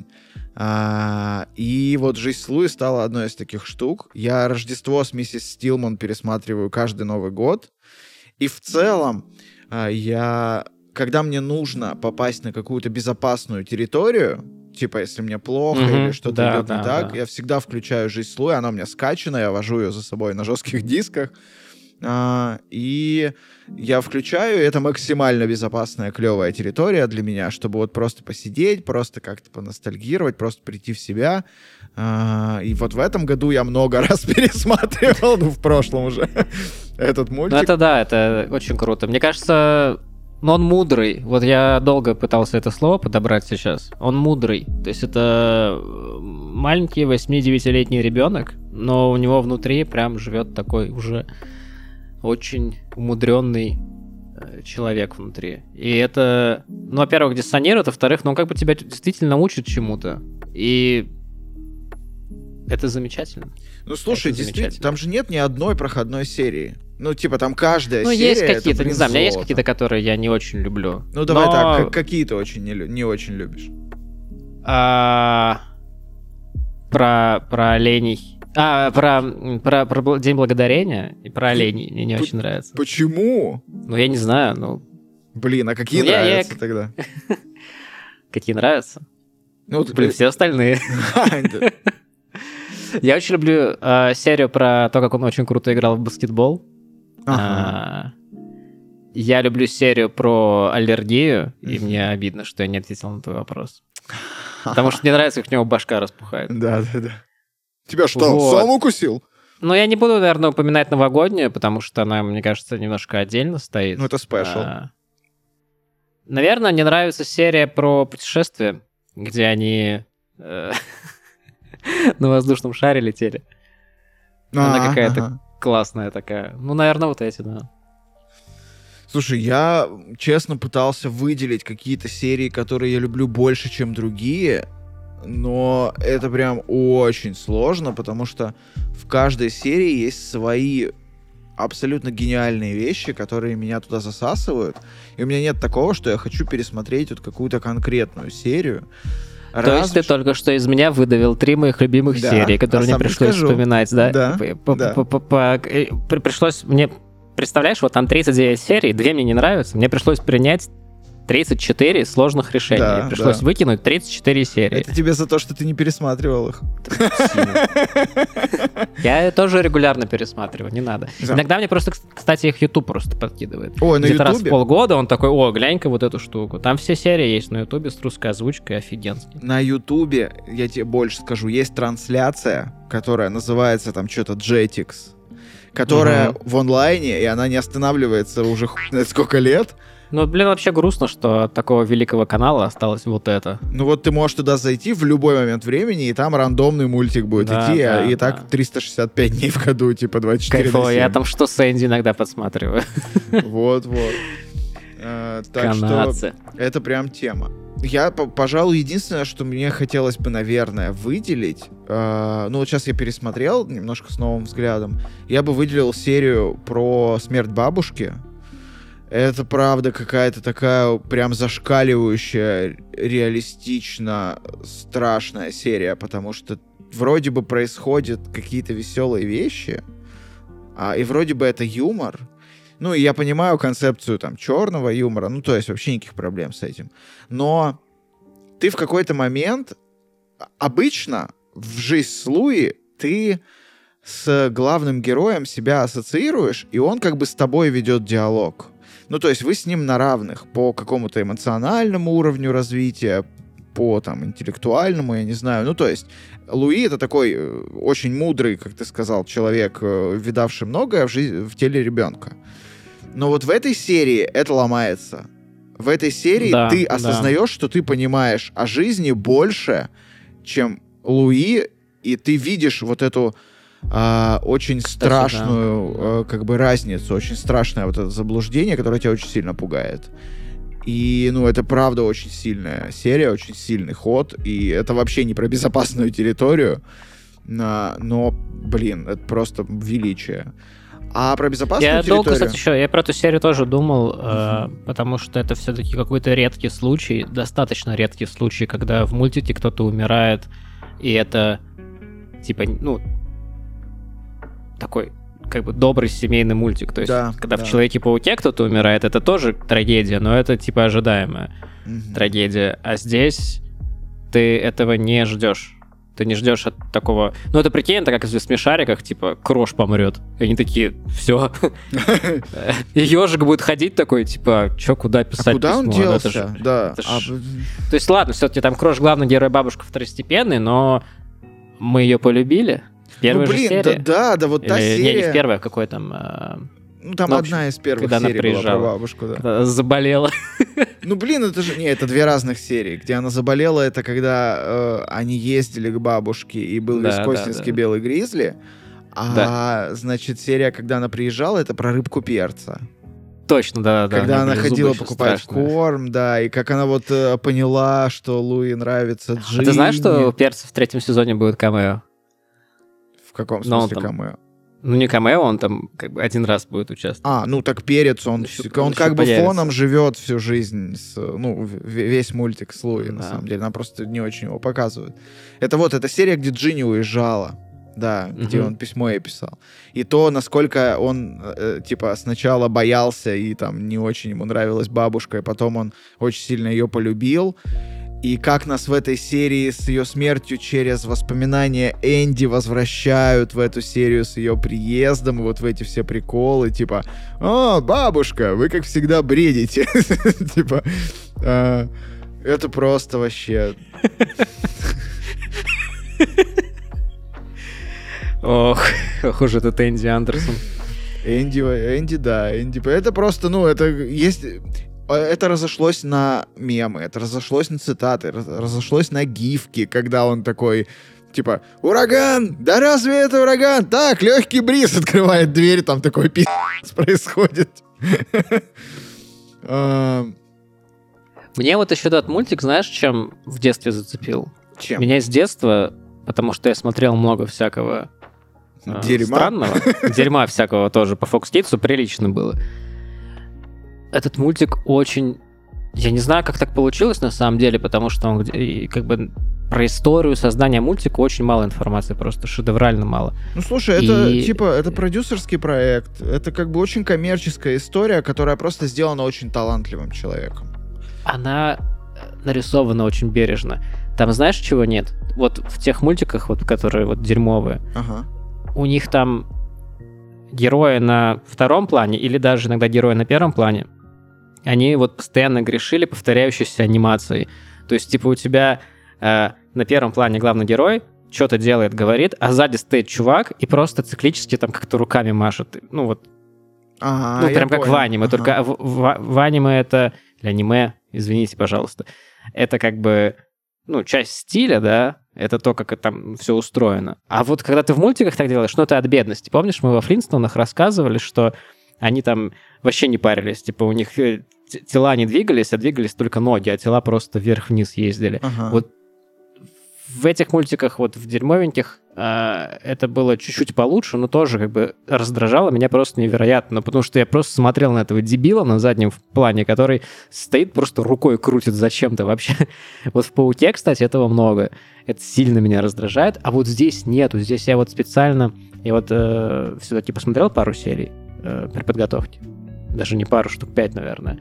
и вот «Жизнь с Луи» стала одной из таких штук. Я «Рождество» с миссис Стилман пересматриваю каждый Новый год, и в целом я, когда мне нужно попасть на какую-то безопасную территорию, типа, если мне плохо mm-hmm. или что-то да, идет да, не так, да. я всегда включаю «Жизнь с Луи», она у меня скачана, я вожу ее за собой на жестких дисках, а, и я включаю, и это максимально безопасная, клевая территория для меня, чтобы вот просто посидеть, просто как-то поностальгировать, просто прийти в себя. А, и вот в этом году я много раз пересматривал, ну, в прошлом уже, этот мультик. Ну, это да, это очень круто. Мне кажется... Но он мудрый. Вот я долго пытался это слово подобрать сейчас. Он мудрый. То есть это маленький восьми-девятилетний ребенок, но у него внутри прям живет такой уже очень умудренный человек внутри. И это, ну, во-первых, диссонирует, а во-вторых, ну, он как бы тебя действительно учит чему-то. И это замечательно. Ну, слушай, действительно, там же нет ни одной проходной серии. Ну, типа, там каждая ну, серия... Ну, есть какие-то, это, блин, не знаю, у меня есть золото. какие-то, которые я не очень люблю. Ну, давай но... так, какие ты очень не, не очень любишь? А... Про, про оленей. А, про, про, про День Благодарения и про оленей мне не П- очень нравится. Почему? Ну, я не знаю, ну... Блин, а какие ну, нравятся я... тогда? Какие нравятся? Ну, блин, все остальные. Я очень люблю э, серию про то, как он очень круто играл в баскетбол. Ага. Э, я люблю серию про аллергию, и mm-hmm. мне обидно, что я не ответил на твой вопрос. Потому что мне нравится, как у него башка распухает. Да, да, да. Тебя что, вот. Сам укусил? Ну, я не буду, наверное, упоминать новогоднюю, потому что она, мне кажется, немножко отдельно стоит. Ну, это спешл. А, наверное, мне нравится серия про путешествия, где они... на воздушном шаре летели. А, Она какая-то ага. классная такая. Ну, наверное, вот эти, да. Слушай, я честно пытался выделить какие-то серии, которые я люблю больше, чем другие, но это прям очень сложно, потому что в каждой серии есть свои абсолютно гениальные вещи, которые меня туда засасывают, и у меня нет такого, что я хочу пересмотреть вот какую-то конкретную серию. То Разве есть ты что... только что из меня выдавил три моих любимых да, серии, которые а мне пришлось вспоминать, да? Да, да. Пришлось мне... Представляешь, вот там тридцать девять серий, две мне не нравятся, мне пришлось принять тридцать четыре сложных решения. Да, мне пришлось да. выкинуть тридцать четыре серии. Это тебе за то, что ты не пересматривал их. Я тоже регулярно пересматриваю, не надо. Да. Иногда мне просто, кстати, их YouTube просто подкидывает. Ой, на Где-то Ютубе? раз в полгода он такой, о, глянь-ка вот эту штуку. Там все серии есть на Ютубе с русской озвучкой, офигенски. На Ютубе, я тебе больше скажу, есть трансляция, которая называется там что-то Jetix, которая угу. в онлайне, и она не останавливается уже хуй знает сколько лет. Ну, блин, вообще грустно, что от такого великого канала осталось вот это. Ну вот ты можешь туда зайти в любой момент времени, и там рандомный мультик будет да, идти, да, и да. так триста шестьдесят пять дней в году, типа двадцать четыре на семь. Кайфово, я там что Сэнди иногда подсматриваю. Вот-вот. Так что это прям тема. Я, пожалуй, единственное, что мне хотелось бы, наверное, выделить, ну вот сейчас я пересмотрел немножко с новым взглядом, я бы выделил серию про смерть бабушки. Это, правда, какая-то такая прям зашкаливающая, реалистично страшная серия, потому что вроде бы происходят какие-то веселые вещи, а, и вроде бы это юмор. Ну, и я понимаю концепцию там черного юмора, ну, то есть вообще никаких проблем с этим. Но ты в какой-то момент, обычно в «Жизнь с Луи» ты с главным героем себя ассоциируешь, и он как бы с тобой ведет диалог. Ну, то есть вы с ним на равных по какому-то эмоциональному уровню развития, по там интеллектуальному, я не знаю. Ну, то есть Луи — это такой э, очень мудрый, как ты сказал, человек, э, видавший многое в, жизни, в теле ребенка. Но вот в этой серии это ломается. В этой серии да, ты осознаешь, да. что ты понимаешь о жизни больше, чем Луи, и ты видишь вот эту Uh, очень Кстати, страшную да. uh, как бы разницу, очень страшное вот это заблуждение, которое тебя очень сильно пугает. И, ну, это правда очень сильная серия, очень сильный ход, и это вообще не про безопасную территорию, но, блин, это просто величие. А про безопасную я территорию... долго, кстати, еще, я про эту серию тоже думал, э, потому что это все-таки какой-то редкий случай, достаточно редкий случай, когда в мультике кто-то умирает, и это, типа, ну, такой, как бы, добрый семейный мультик. То есть, да, когда да. в Человеке-пауке кто-то умирает, это тоже трагедия, но это, типа, ожидаемая mm-hmm. трагедия. А здесь ты этого не ждешь. Ты не ждешь от такого... Ну, это прикинь, это как в «Смешариках», типа, Крош помрет. И они такие, все. И ежик будет ходить такой, типа, чё, куда писать а куда письмо? он делся? Да. То есть, ладно, все-таки там Крош главный герой, бабушка второстепенный, но мы ее полюбили. В первой ну, блин, же серии. Да, да, да, вот та Или, серия... Не, не в первой, а какой там... Ну, там ну, одна из первых когда серий она была про бабушку, да. Когда заболела. Ну, блин, это же... Не, это две разных серии. Где она заболела, это когда э, они ездили к бабушке, и был да, висконсинский да, да. белый гризли. А, да. значит, серия, когда она приезжала, это про рыбку перца. Точно, да, да. Когда она ходила покупать страшные. корм, да, и как она вот э, поняла, что Луи нравится Джинни. А ты знаешь, что у перца в третьем сезоне будет камео? В каком смысле там... камео? Ну, не камео, он там как бы один раз будет участвовать. А, ну так перец, он, еще, он как бы появится. Фоном живет всю жизнь, с, ну, весь мультик с Луи, да. на самом деле. Она просто не очень его показывает. Это вот эта серия, где Джинни уезжала, да, угу. где он письмо ей писал. И то, насколько он, э, типа, сначала боялся, и там не очень ему нравилась бабушка, и потом он очень сильно ее полюбил. И как нас в этой серии с ее смертью через воспоминания Энди возвращают в эту серию с ее приездом, и вот в эти все приколы, типа, «О, бабушка, вы как всегда бредите». Типа, это просто вообще... Ох, ох уж этот Энди Андерсон. Энди, Энди, да, Энди. Это просто, ну, это есть... Это разошлось на мемы, это разошлось на цитаты, разошлось на гифки, когда он такой, типа, «Ураган! Да разве это ураган? Так, легкий бриз!» Открывает дверь, там такой пи***ц происходит. Мне вот еще этот мультик, знаешь, чем в детстве зацепил? Чем? Меня с детства, потому что я смотрел много всякого Дерьма. странного, дерьма всякого тоже по Fox Kids, прилично было. Этот мультик очень... Я не знаю, как так получилось на самом деле, потому что он как бы про историю создания мультика очень мало информации, просто шедеврально мало. Ну, слушай, это и... типа, это продюсерский проект, это как бы очень коммерческая история, которая просто сделана очень талантливым человеком. Она нарисована очень бережно. Там знаешь, чего нет? Вот в тех мультиках, вот, которые вот дерьмовые, ага. у них там герои на втором плане или даже иногда герои на первом плане, они вот постоянно грешили повторяющейся анимацией. То есть, типа, у тебя э, на первом плане главный герой что-то делает, говорит, а сзади стоит чувак и просто циклически там как-то руками машет. Ну, вот. Ага, ну, прям как понял. в аниме. Ага. Только в, в, в аниме это... Или аниме, извините, пожалуйста. Это как бы, ну, часть стиля, да, это то, как там все устроено. А вот когда ты в мультиках так делаешь, ну, это от бедности. Помнишь, мы во Флинстонах рассказывали, что они там вообще не парились. Типа у них тела не двигались, а двигались только ноги, а тела просто вверх-вниз ездили. Ага. Вот в этих мультиках, вот в дерьмовеньких, это было чуть-чуть получше, но тоже как бы раздражало меня просто невероятно, ну, потому что я просто смотрел на этого дебила на заднем плане, который стоит, просто рукой крутит зачем-то вообще. Вот в «Пауке», кстати, этого много. Это сильно меня раздражает, а вот здесь нету. Здесь я вот специально, я вот э, все-таки посмотрел пару серий э, при подготовке. Даже не пару, штук пять, наверное.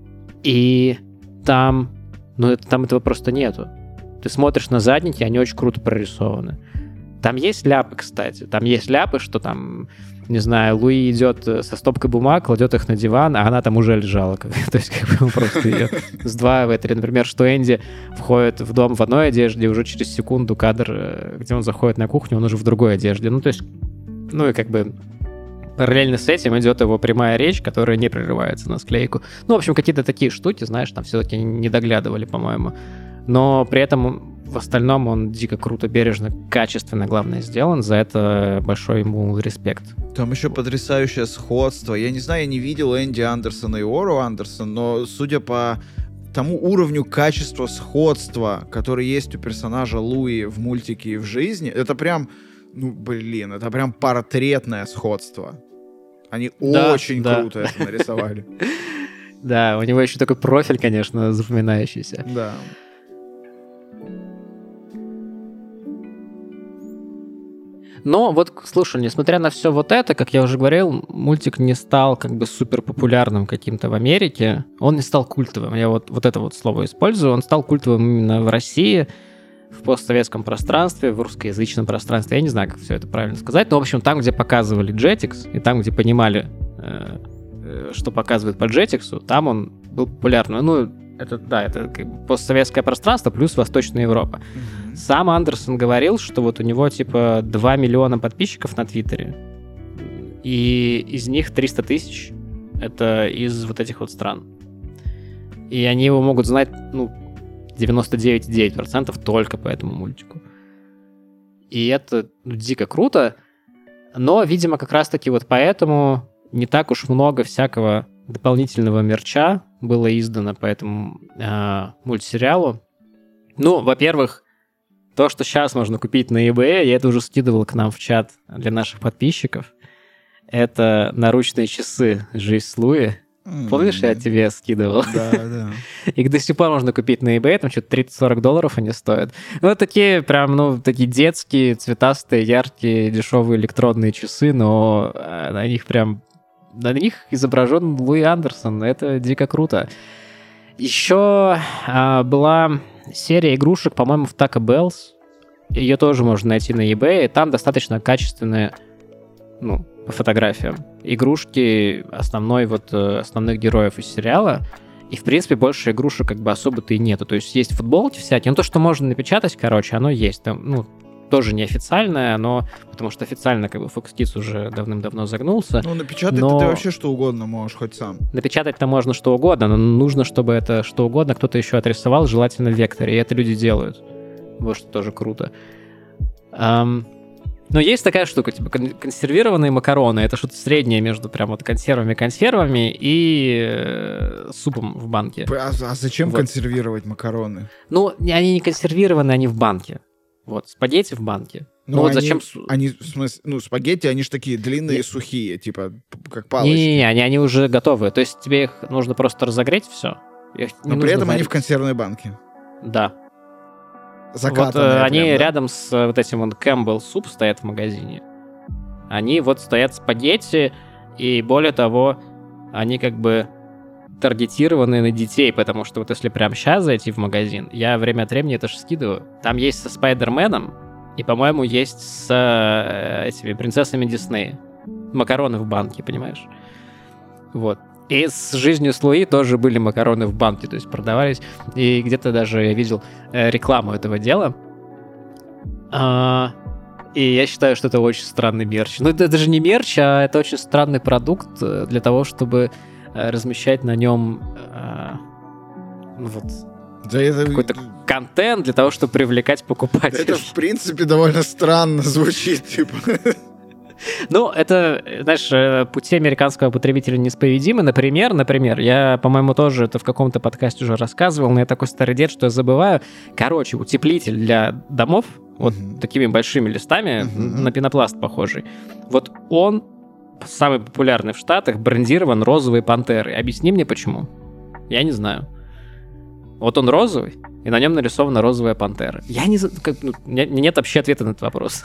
И там, ну, это, там этого просто нету. Ты смотришь на задники, они очень круто прорисованы. Там есть ляпы, кстати. Там есть ляпы, что там, не знаю, Луи идет со стопкой бумаг, кладет их на диван, а она там уже лежала. То есть как бы он просто ее сдваивает. Или, например, что Энди входит в дом в одной одежде, и уже через секунду кадр, где он заходит на кухню, он уже в другой одежде. Ну, то есть, ну и как бы параллельно с этим идет его прямая речь, которая не прерывается на склейку. Ну, в общем, какие-то такие штуки, знаешь, там все-таки не доглядывали, по-моему. Но при этом в остальном он дико круто, бережно, качественно, главное, сделан. За это большой ему респект. Там еще потрясающее сходство. Я не знаю, я не видел Энди Андерсона и Ору Андерсон, но судя по тому уровню качества сходства, который есть у персонажа Луи в мультике и в жизни, это прям, ну, блин, это прям портретное сходство. Они да, очень да. круто это нарисовали. Да, у него еще такой профиль, конечно, запоминающийся. Да. Но вот, слушай, несмотря на все вот это, как я уже говорил, мультик не стал как бы супер популярным каким-то в Америке. Он не стал культовым. Я вот, вот это вот слово использую. Он стал культовым именно в России, в постсоветском пространстве, в русскоязычном пространстве. Я не знаю, как все это правильно сказать. Но, в общем, там, где показывали Jetix, и там, где понимали, э, э, что показывают по Jetix, там он был популярным. Ну, это, да, это как бы постсоветское пространство плюс Восточная Европа. Mm-hmm. Сам Андерсон говорил, что вот у него типа два миллиона подписчиков на Твиттере, и из них триста тысяч это из вот этих вот стран. И они его могут знать, ну, девяносто девять целых девять десятых процента только по этому мультику. И это ну, дико круто, но, видимо, как раз-таки вот поэтому не так уж много всякого дополнительного мерча было издано по этому э, мультсериалу. Ну, во-первых, то, что сейчас можно купить на eBay, я это уже скидывал к нам в чат для наших подписчиков, это наручные часы «Жизнь с Луи». Mm-hmm. Помнишь, я тебе скидывал? Да, да. Их до сих пор можно купить на eBay, там что-то тридцать-сорок долларов они стоят. Ну, такие прям, ну, такие детские, цветастые, яркие, дешевые электронные часы, но на них прям... На них изображен Луи Андерсон. Это дико круто. Еще а, была серия игрушек, по-моему, в Taco Bell's. Ее тоже можно найти на eBay. И там достаточно качественные, ну, по фотографиям, игрушки основной, вот, основных героев из сериала. И, в принципе, больше игрушек как бы особо-то и нету. То есть есть футболки всякие. Ну, то, что можно напечатать, короче, оно есть. Там, ну, тоже неофициальное, но потому что официально как бы Fox Kids уже давным-давно загнулся. Ну, напечатать но... ты вообще что угодно можешь, хоть сам. Напечатать-то можно что угодно, но нужно, чтобы это что угодно кто-то еще отрисовал, желательно в векторе, и это люди делают. Вот что тоже круто. Um, но есть такая штука, типа консервированные макароны. Это что-то среднее между прям вот консервами-консервами и э, супом в банке. А, а зачем вот. консервировать макароны? Ну, они не консервированы, они в банке. Вот, спагетти в банке. Ну, ну вот они, зачем... Они, в смысле, ну, спагетти, они же такие длинные, не... сухие, типа, как палочки. Не-не-не, они, они уже готовы. То есть тебе их нужно просто разогреть, все. Но при этом варить. Они в консервной банке. Да. Закатанные. Вот, они прям, да? рядом с вот этим вот Campbell суп стоят в магазине. Они вот стоят спагетти, и более того, они как бы таргетированы на детей, потому что вот если прямо сейчас зайти в магазин, я время от времени это же скидываю, там есть со Спайдерменом, и, по-моему, есть с э, этими принцессами Диснея. Макароны в банке, понимаешь? Вот. И с «Жизнью с Луи» тоже были макароны в банке, то есть продавались. И где-то даже я видел э, рекламу этого дела. А, и я считаю, что это очень странный мерч. Ну, это даже не мерч, а это очень странный продукт для того, чтобы э, размещать на нем э, ну, вот, да это... какой-то контент для того, чтобы привлекать покупателей. Это, в принципе, довольно странно звучит, типа... Ну, это, знаешь, пути американского потребителя неисповедимы. Например, например, я, по-моему, тоже это в каком-то подкасте уже рассказывал, но я такой старый дед, что я забываю. Короче, утеплитель для домов, вот uh-huh. такими большими листами, uh-huh. на пенопласт похожий, вот он самый популярный в Штатах, брендирован розовой пантерой. Объясни мне, почему. Я не знаю. Вот он розовый, и на нем нарисована розовая пантера. Я не знаю, как, ну, нет вообще ответа на этот вопрос.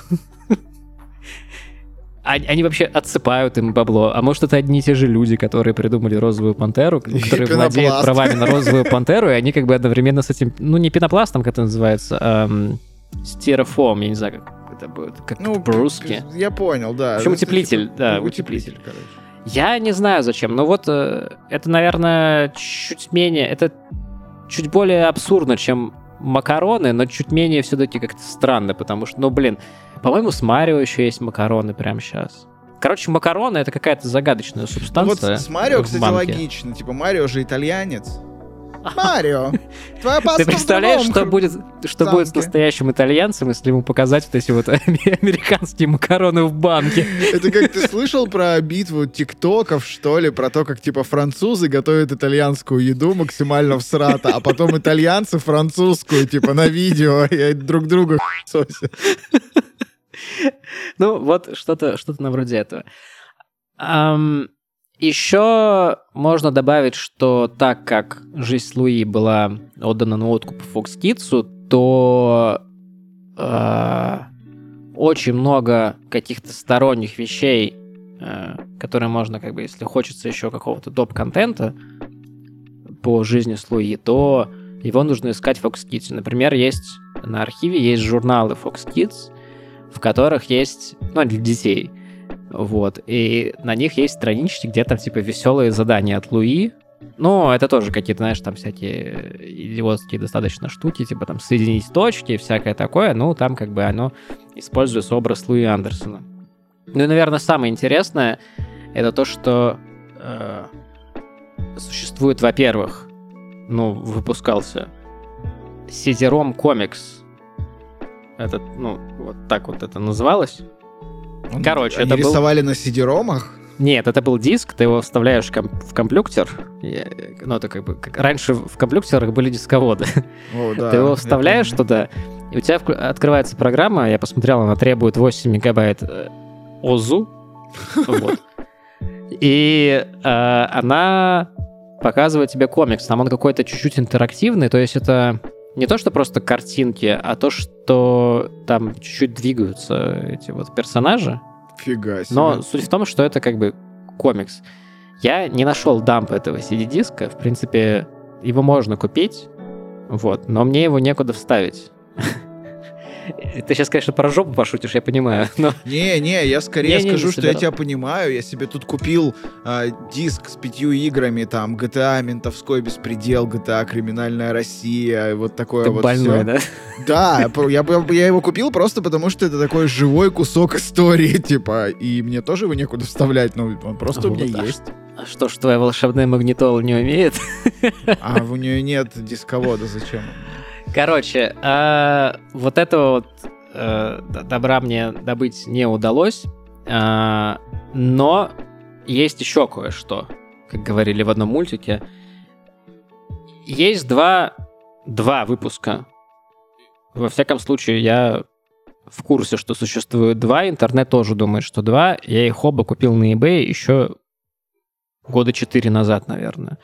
Они, они вообще отсыпают им бабло. А может, это одни и те же люди, которые придумали розовую пантеру, которые владеют правами на розовую пантеру, и они как бы одновременно с этим... Ну, не пенопластом, как это называется, а эм, стирофом, я не знаю, как это будет, как ну, по-русски. Я понял, да. В общем, утеплитель, типа, да, утеплитель. утеплитель. Я не знаю, зачем, но вот э, это, наверное, чуть менее... Это чуть более абсурдно, чем макароны, но чуть менее все-таки как-то странно, потому что, ну, блин, по-моему, с Марио еще есть макароны прямо сейчас. Короче, макароны — это какая-то загадочная субстанция. Ну вот с Марио, кстати, банке. Логично. Типа, Марио же итальянец. Марио, твоя паста Ты представляешь, в что другом будет, что будет с замке. настоящим итальянцем, если ему показать вот эти вот американские макароны в банке? Это как ты слышал про битву тиктоков, что ли, про то, как типа французы готовят итальянскую еду максимально всрато, а потом итальянцы французскую, типа на видео, и друг друга сосят. Ну, вот что-то что на вроде этого. Ам, еще можно добавить, что так как «Жизнь Луи» была отдана на откуп Fox Kids, то э, очень много каких-то сторонних вещей, э, которые можно, как бы, если хочется еще какого-то доп-контента по жизни с Луи, то его нужно искать в Fox Kids. Например, есть на архиве есть журналы Fox Kids, в которых есть, ну, для детей, вот, и на них есть странички, где там, типа, веселые задания от Луи, ну, это тоже какие-то, знаешь, там всякие идиотские достаточно штуки, типа, там, соединить точки, всякое такое, ну, там, как бы, оно используется образ Луи Андерсона. Ну, и, наверное, самое интересное, это то, что э, существует, во-первых, ну, выпускался си ди-ром комикс, этот, ну, вот так вот это называлось. Короче, Они это был... рисовали на си ди-ромах? Нет, это был диск, ты его вставляешь в, комп- в комплюктер. И, ну, это как бы... Как... Раньше в комплюктерах были дисководы. О, да, ты его вставляешь туда, и у тебя вк- открывается программа, я посмотрел, она требует восемь мегабайт э, ОЗУ. Вот. И э, она показывает тебе комикс. Там он какой-то чуть-чуть интерактивный, то есть это... Не то, что просто картинки, а то, что там чуть-чуть двигаются эти вот персонажи. Фига себе. Но суть в том, что это как бы комикс. Я не нашел дамп этого си ди-диска. В принципе, его можно купить, вот, но мне его некуда вставить. Ты сейчас, конечно, про жопу пошутишь, я понимаю, но... Не-не, я скорее Не-не, не скажу, что я собирал. тебя понимаю. Я себе тут купил а, диск с пятью играми, там, джи ти эй, Ментовской беспредел, джи ти эй, Криминальная Россия, вот такое Ты вот больной, всё. да? Да, про- я, бы- я его купил просто потому, что это такой живой кусок истории, типа, и мне тоже его некуда вставлять, ну, он просто у меня Вот, а есть. А что ж, твоя волшебная магнитола не умеет? А у нее нет дисковода, зачем он мне? Короче, а, вот этого вот э, д- добра мне добыть не удалось, а, но есть еще кое-что, как говорили в одном мультике. Есть два, два выпуска. Во всяком случае, я в курсе, что существует два. Интернет тоже думает, что два. Я их оба купил на eBay еще года четыре назад, наверное.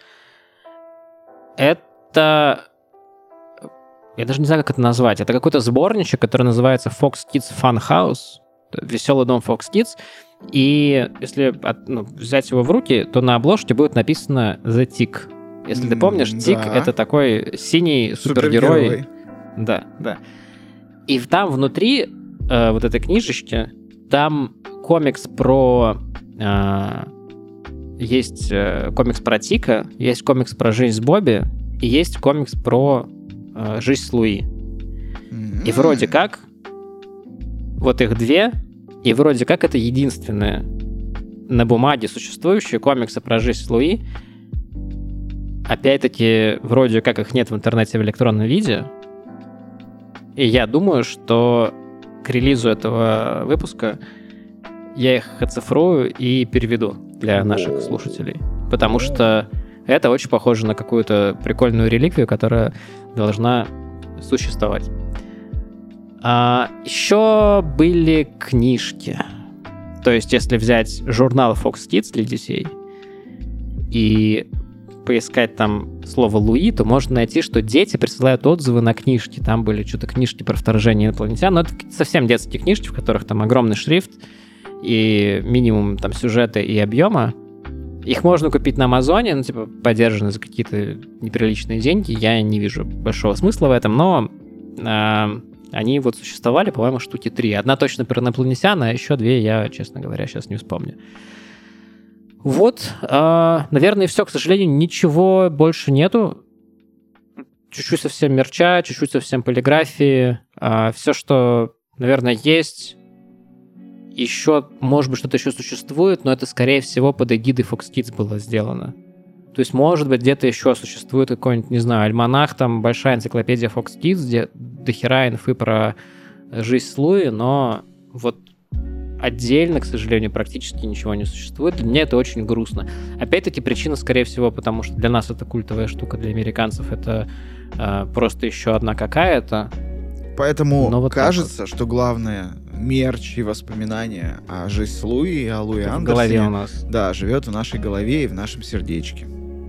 Это... Я даже не знаю, как это назвать. Это какой-то сборничек, который называется Fox Kids Fun House. Веселый дом Fox Kids. И если от- ну, взять его в руки, то на обложке будет написано The Tick. Если ты М, помнишь, Тик да. это такой синий супергерой. Да, да. И в- там внутри э, вот этой книжечки, там комикс про... э, есть э, комикс про Тика, есть комикс про жизнь с Бобби, и есть комикс про э, жизнь с Луи. И вроде как вот их две, и вроде как это единственные на бумаге существующие комиксы про жизнь с Луи. Опять-таки, вроде как их нет в интернете в электронном виде. И я думаю, что к релизу этого выпуска я их оцифрую и переведу для наших слушателей. Потому что это очень похоже на какую-то прикольную реликвию, которая должна существовать. А, еще были книжки. То есть, если взять журнал Fox Kids для детей и поискать там слово «Луи», то можно найти, что дети присылают отзывы на книжки. Там были что-то книжки про вторжение инопланетян, но это совсем детские книжки, в которых там огромный шрифт и минимум там сюжета и объема. Их можно купить на Амазоне, ну, типа, подержаны за какие-то неприличные деньги. Я не вижу большого смысла в этом, но э, они вот существовали, по-моему, штуки три. Одна точно про инопланетян, а еще две я, честно говоря, сейчас не вспомню. Вот, э, наверное, и все. К сожалению, ничего больше нету. Чуть-чуть совсем мерча, чуть-чуть совсем полиграфии. Э, все, что, наверное, есть. Еще, может быть, что-то еще существует, но это, скорее всего, под эгидой Fox Kids было сделано. То есть, может быть, где-то еще существует какой-нибудь, не знаю, альманах, там большая энциклопедия Fox Kids, где дохера инфы про жизнь с Луи, но вот отдельно, к сожалению, практически ничего не существует. Для меня это очень грустно. Опять-таки, причина, скорее всего, потому что для нас это культовая штука, для американцев это э, просто еще одна какая-то. Поэтому вот кажется, что главное мерч и воспоминания о жизни с Луи и о Луи в Андерсоне голове у нас. Да, живет в нашей голове и в нашем сердечке.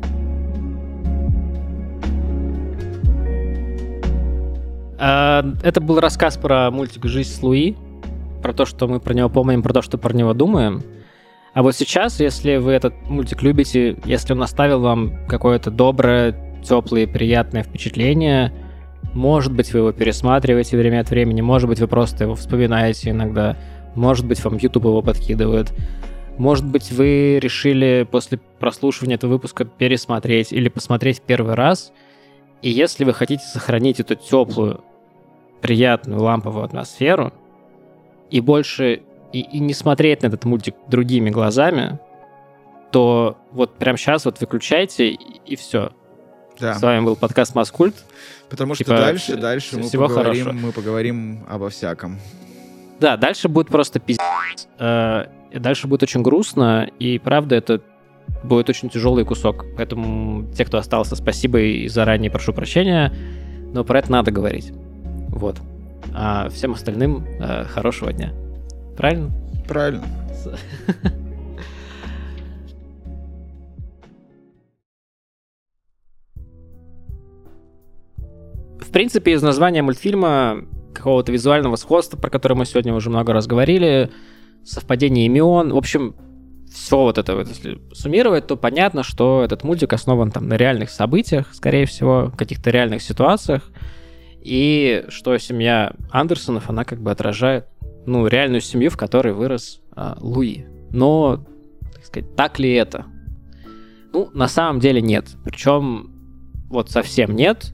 Это был рассказ про мультик «Жизнь с Луи», про то, что мы про него помним, про то, что про него думаем. А вот сейчас, если вы этот мультик любите, если он оставил вам какое-то доброе, теплое, приятное впечатление, может быть, вы его пересматриваете время от времени, может быть, вы просто его вспоминаете иногда, может быть, вам YouTube его подкидывает, может быть, вы решили после прослушивания этого выпуска пересмотреть или посмотреть в первый раз, и если вы хотите сохранить эту теплую, приятную ламповую атмосферу и больше и, и не смотреть на этот мультик другими глазами, то вот прямо сейчас вот выключайте и, и все. Да. С вами был подкаст Маскульт. Потому что типа, дальше, дальше мы всего поговорим, хорошего. мы поговорим обо всяком. Да, дальше будет просто пиздец. Э, дальше будет очень грустно, и правда это будет очень тяжелый кусок. Поэтому те, кто остался, спасибо и заранее прошу прощения, но про это надо говорить. Вот. А всем остальным э, хорошего дня. Правильно? Правильно. В принципе, из названия мультфильма, какого-то визуального сходства, про которое мы сегодня уже много раз говорили, совпадение имен, в общем, все вот это, вот, если суммировать, то понятно, что этот мультик основан там на реальных событиях, скорее всего, каких-то реальных ситуациях, и что семья Андерсонов, она как бы отражает, ну, реальную семью, в которой вырос а, Луи. Но, так сказать, так ли это? Ну, на самом деле нет. Причем вот совсем нет,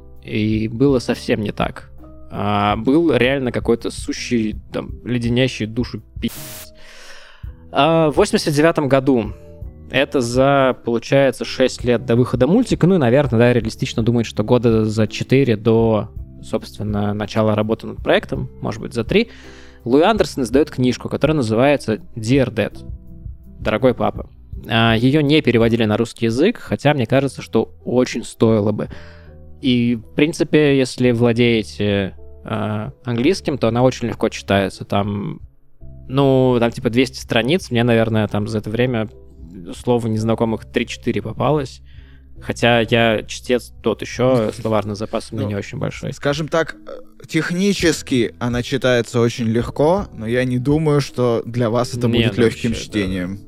и было совсем не так. А, был реально какой-то сущий, там, леденящий душу пи***ц. А, в восемьдесят девятом году, это за, получается, шесть лет до выхода мультика, ну и, наверное, да, реалистично думать, что года за четыре до, собственно, начала работы над проектом, может быть, за три, Луи Андерсон издает книжку, которая называется Dear Dad, дорогой папа. А, ее не переводили на русский язык, хотя мне кажется, что очень стоило бы. И, в принципе, если владеете э, английским, то она очень легко читается. Там, ну, там типа двести страниц. Мне, наверное, там за это время слов незнакомых три-четыре попалось. Хотя я чтец тот еще, словарный запас у меня Ну, не очень большой. Скажем так, технически она читается очень легко, но я не думаю, что для вас это Не, будет ну, легким вообще, чтением.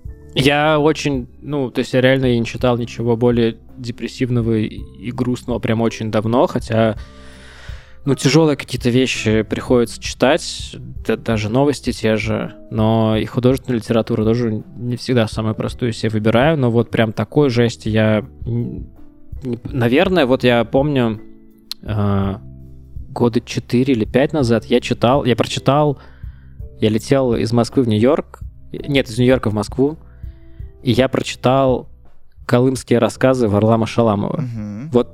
Я очень, ну, то есть я реально не читал ничего более депрессивного и, и грустного прям очень давно, хотя, ну, тяжелые какие-то вещи приходится читать, да, даже новости те же, но и художественную литературу тоже не всегда самую простую себе выбираю, но вот прям такой жести я, не, наверное, вот я помню, э, года четыре или пять назад я читал, я прочитал, я летел из Москвы в Нью-Йорк, нет, из Нью-Йорка в Москву, и я прочитал колымские рассказы Варлама Шаламова. Мгм. Вот,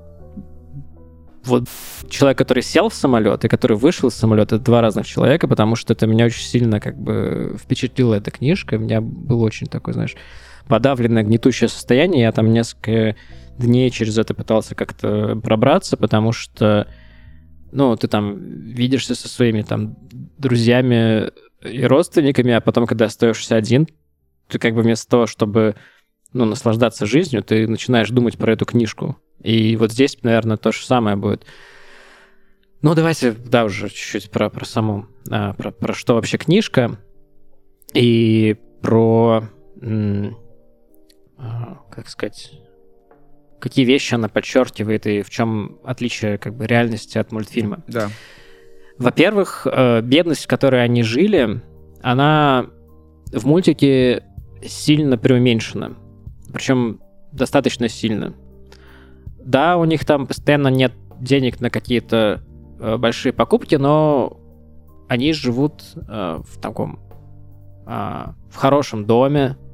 вот человек, который сел в самолет и который вышел из самолета, это два разных человека, потому что это меня очень сильно как бы впечатлила эта книжка. У меня было очень такое, знаешь, подавленное, гнетущее состояние. Я там несколько дней через это пытался как-то пробраться, потому что, ну, ты там видишься со своими там друзьями и родственниками, а потом, когда остаешься один, ты как бы вместо того, чтобы, ну, наслаждаться жизнью, ты начинаешь думать про эту книжку. И вот здесь, наверное, то же самое будет. Ну, давайте, да, уже чуть-чуть про, про саму, а, про, про что вообще книжка, и про, м, а, как сказать, какие вещи она подчеркивает, и в чем отличие как бы реальности от мультфильма. Да. Во-первых, э, бедность, в которой они жили, она в мультике сильно преуменьшена. Причем достаточно сильно. Да, у них там постоянно нет денег на какие-то э, большие покупки, но они живут э, в таком... Э, в хорошем доме,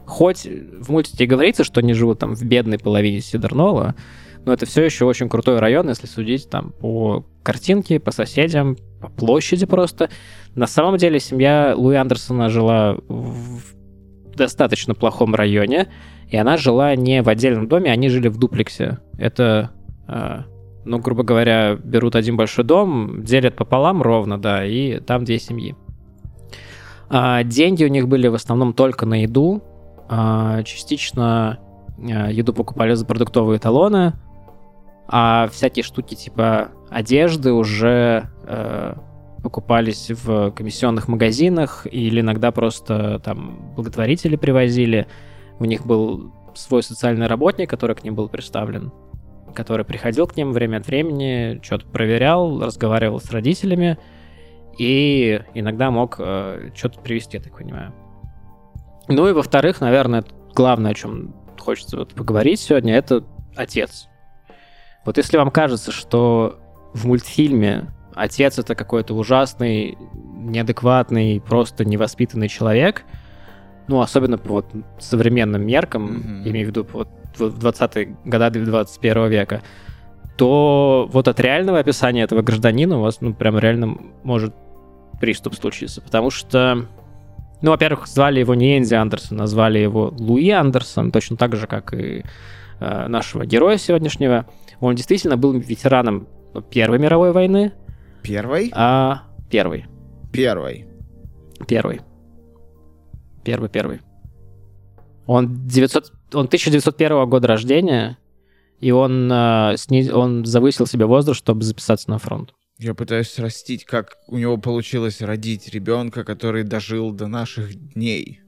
хоть в мультике говорится, что они живут там в бедной половине Сидернолла, но это все еще очень крутой район, если судить там по картинке, по соседям, по площади просто. На самом деле семья Луи Андерсона жила в достаточно плохом районе, и она жила не в отдельном доме, они жили в дуплексе. Это, э, ну, грубо говоря, берут один большой дом, делят пополам ровно, да, и там две семьи. А деньги у них были в основном только на еду, а частично э, еду покупали за продуктовые талоны, а всякие штуки типа одежды уже э, покупались в комиссионных магазинах или иногда просто там благотворители привозили. У них был свой социальный работник, который к ним был представлен, который приходил к ним время от времени, что-то проверял, разговаривал с родителями и иногда мог э, что-то привезти, я так понимаю. Ну и во-вторых, наверное, главное, о чем хочется вот поговорить сегодня, это отец. Вот если вам кажется, что в мультфильме отец — это какой-то ужасный, неадекватный, просто невоспитанный человек, ну, особенно по вот современным меркам, mm-hmm. имею в виду вот в двадцатые годы двадцать первого века, то вот от реального описания этого гражданина у вас, ну, прям реально может приступ случиться, потому что, ну, во-первых, звали его не Энди Андерсон, а звали его Луи Андерсон, точно так же, как и э, нашего героя сегодняшнего. Он действительно был ветераном Первой мировой войны. Первой? А, первой. Первой. Первый. Первый, первый. Он, девятьсот, он тысяча девятьсот первого года рождения, и он, э, сниз, он завысил себе возраст, чтобы записаться на фронт. Я пытаюсь срастить, как у него получилось родить ребенка, который дожил до наших дней.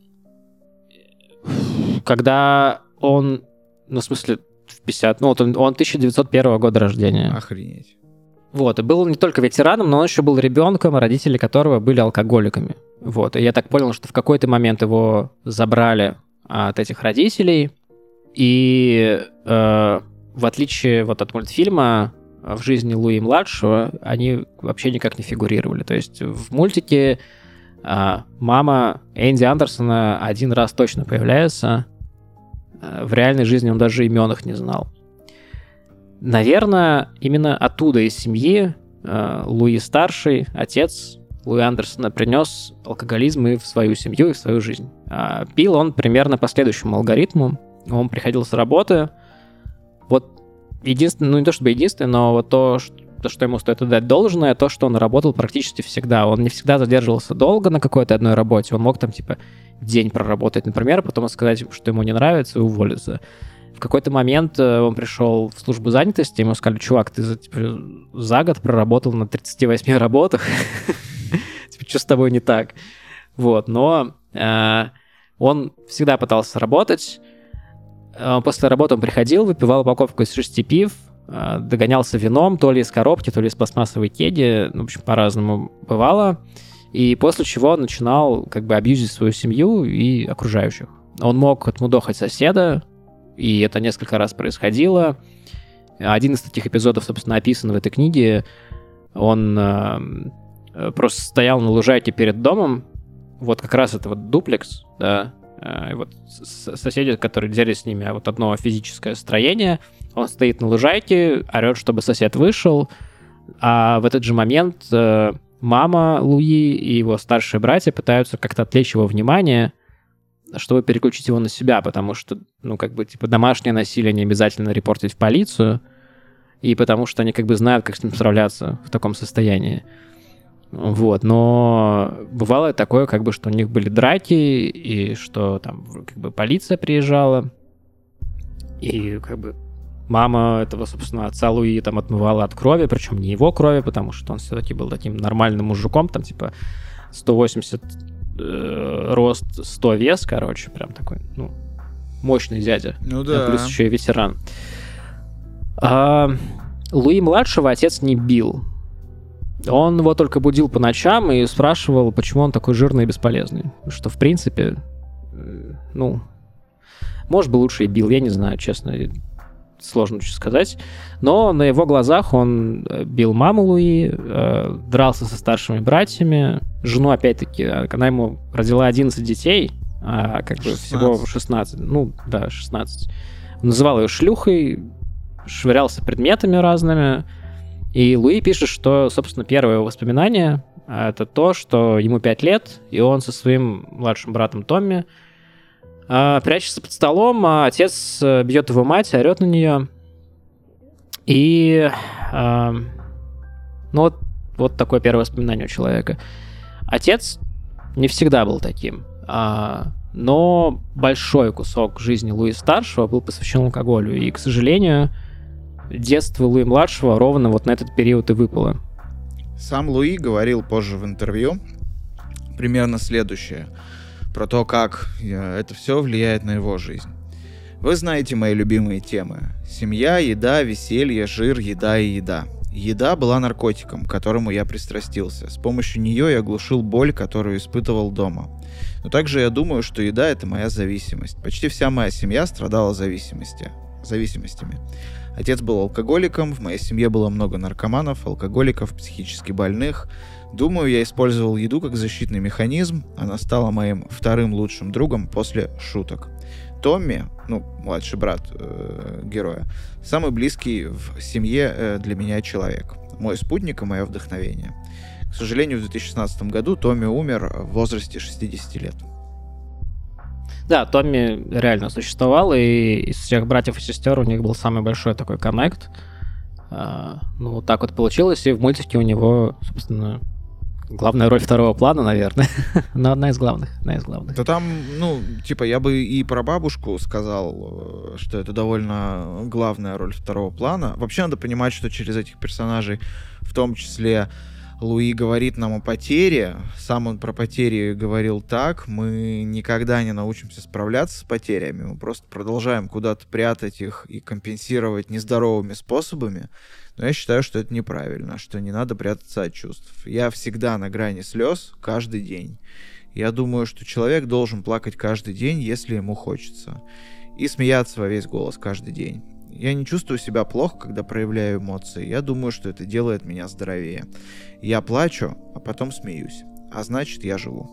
Когда он, ну, в смысле, в пятьдесят, ну, вот он, он тысяча девятьсот первого года рождения. Охренеть. Вот, и был не только ветераном, но он еще был ребенком, родители которого были алкоголиками. Вот, и я так понял, что в какой-то момент его забрали от этих родителей, и э, в отличие вот от мультфильма, в жизни Луи-младшего они вообще никак не фигурировали. То есть в мультике э, мама Энди Андерсона один раз точно появляется, э, в реальной жизни он даже имен их не знал. Наверное, именно оттуда, из семьи, э, Луи-старший, отец Луи Андерсона, принес алкоголизм и в свою семью, и в свою жизнь. А пил он примерно по следующему алгоритму. Он приходил с работы. Вот единственное, ну не то чтобы единственное, но вот то, что, то, что ему стоит отдать должное, то, что он работал практически всегда. Он не всегда задерживался долго на какой-то одной работе. Он мог там типа день проработать, например, а потом сказать, что ему не нравится, и уволиться. В какой-то момент он пришел в службу занятости, ему сказали: чувак, ты за, типа, за год проработал на тридцати восьми работах, типа, что с тобой не так? Вот, но э, он всегда пытался работать. После работы он приходил, выпивал упаковку из шести пив, э, догонялся вином, то ли из коробки, то ли из пластмассовой кеги, ну, в общем, по-разному бывало. И после чего он начинал как бы абьюзить свою семью и окружающих. Он мог отмудохать соседа, и это несколько раз происходило. Один из таких эпизодов, собственно, описан в этой книге. Он э, просто стоял на лужайке перед домом. Вот как раз это вот дуплекс, да. Э, и вот соседи, которые делят с ними вот одно физическое строение. Он стоит на лужайке, орет, чтобы сосед вышел. А в этот же момент э, мама Луи и его старшие братья пытаются как-то отвлечь его внимание, чтобы переключить его на себя, потому что, ну, как бы, типа, домашнее насилие не обязательно репортить в полицию, и потому что они, как бы, знают, как с ним справляться в таком состоянии. Вот, но бывало такое, как бы, что у них были драки, и что там, как бы, полиция приезжала, и, как бы, мама этого, собственно, отца Луи там отмывала от крови, причем не его крови, потому что он все-таки был таким нормальным мужиком, там, типа, сто восемьдесят рост, сто вес, короче, прям такой, ну, мощный дядя. Ну да. А плюс еще и ветеран. А, Луи-младшего отец не бил. Он его только будил по ночам и спрашивал, почему он такой жирный и бесполезный. Что, в принципе, ну, может быть, лучше и бил, я не знаю, честно, сложно очень сказать. Но на его глазах он бил маму Луи, э, дрался со старшими братьями, жену, опять-таки, она ему родила одиннадцать детей, а как бы шестнадцать. всего шестнадцать. Ну, да, шестнадцать. Называл ее шлюхой, швырялся предметами разными. И Луи пишет, что, собственно, первое его воспоминание — это то, что ему пять лет, и он со своим младшим братом Томми а, прячется под столом, а отец бьет его мать, орет на нее. И а, ну вот, вот такое первое воспоминание у человека. Отец не всегда был таким, а, но большой кусок жизни Луи-старшего был посвящен алкоголю. И, к сожалению, детство Луи-младшего ровно вот на этот период и выпало. Сам Луи говорил позже в интервью примерно следующее про то, как это все влияет на его жизнь. Вы знаете мои любимые темы. Семья, еда, веселье, жир, еда и еда. Еда была наркотиком, к которому я пристрастился. С помощью нее я глушил боль, которую испытывал дома. Но также я думаю, что еда — это моя зависимость. Почти вся моя семья страдала зависимости, зависимостями. Отец был алкоголиком, в моей семье было много наркоманов, алкоголиков, психически больных. Думаю, я использовал еду как защитный механизм, она стала моим вторым лучшим другом после шуток. Томми, ну, младший брат э, героя, самый близкий в семье э, для меня человек. Мой спутник и мое вдохновение. К сожалению, в две тысячи шестнадцатом году Томми умер в возрасте шестидесяти лет. Да, Томми реально существовал, и из всех братьев и сестер у них был самый большой такой коннект. А, ну, вот так вот получилось, и в мультике у него, собственно, главная роль второго плана, наверное. Но одна из главных, одна из главных. Да там, ну, типа, я бы и про бабушку сказал, что это довольно главная роль второго плана. Вообще надо понимать, что через этих персонажей, в том числе Луи, говорит нам о потере. Сам он про потери говорил так: мы никогда не научимся справляться с потерями, мы просто продолжаем куда-то прятать их и компенсировать нездоровыми способами. Но я считаю, что это неправильно, что не надо прятаться от чувств. Я всегда на грани слез каждый день. Я думаю, что человек должен плакать каждый день, если ему хочется. И смеяться во весь голос каждый день. Я не чувствую себя плохо, когда проявляю эмоции. Я думаю, что это делает меня здоровее. Я плачу, а потом смеюсь. А значит, я живу.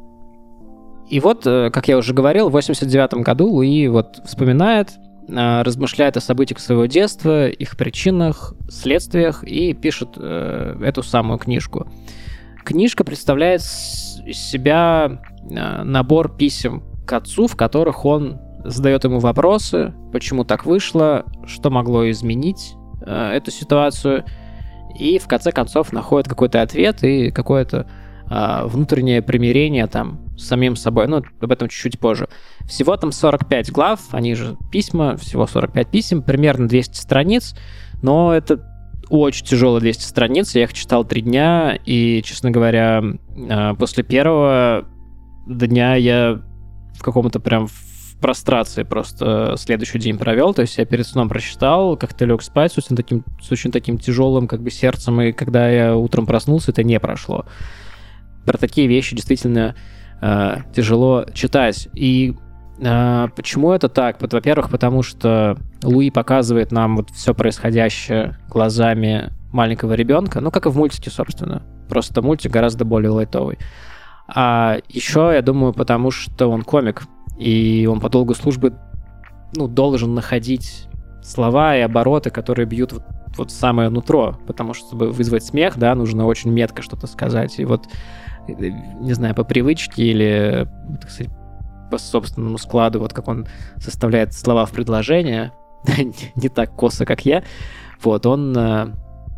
И вот, как я уже говорил, в восемьдесят девятом году Луи вот вспоминает, размышляет о событиях своего детства, их причинах, следствиях и пишет э, эту самую книжку. Книжка представляет из себя э, набор писем к отцу, в которых он задает ему вопросы, почему так вышло, что могло изменить э, эту ситуацию, и в конце концов находит какой-то ответ и какое-то э, внутреннее примирение там с самим собой. Ну, об этом чуть-чуть позже. Всего там сорок пять глав, они же письма, всего сорок пять писем, примерно двести страниц, но это очень тяжелые двести страниц, я их читал три дня, и, честно говоря, э, после первого дня я в каком-то прям прострации просто следующий день провел, то есть я перед сном прочитал, как-то лег спать с очень таким, с очень таким тяжелым как бы сердцем, и когда я утром проснулся, это не прошло. Про такие вещи действительно э, тяжело читать. И э, почему это так? Вот, во-первых, потому что Луи показывает нам вот все происходящее глазами маленького ребенка, ну, как и в мультике, собственно. Просто мультик гораздо более лайтовый. А еще, я думаю, потому что он комик, и он по долгу службы, ну, должен находить слова и обороты, которые бьют вот, вот в самое нутро, потому что, чтобы вызвать смех, да, нужно очень метко что-то сказать. И вот, не знаю, по привычке или, так сказать, по собственному складу, вот как он составляет слова в предложение, не так косо, как я, вот, он э,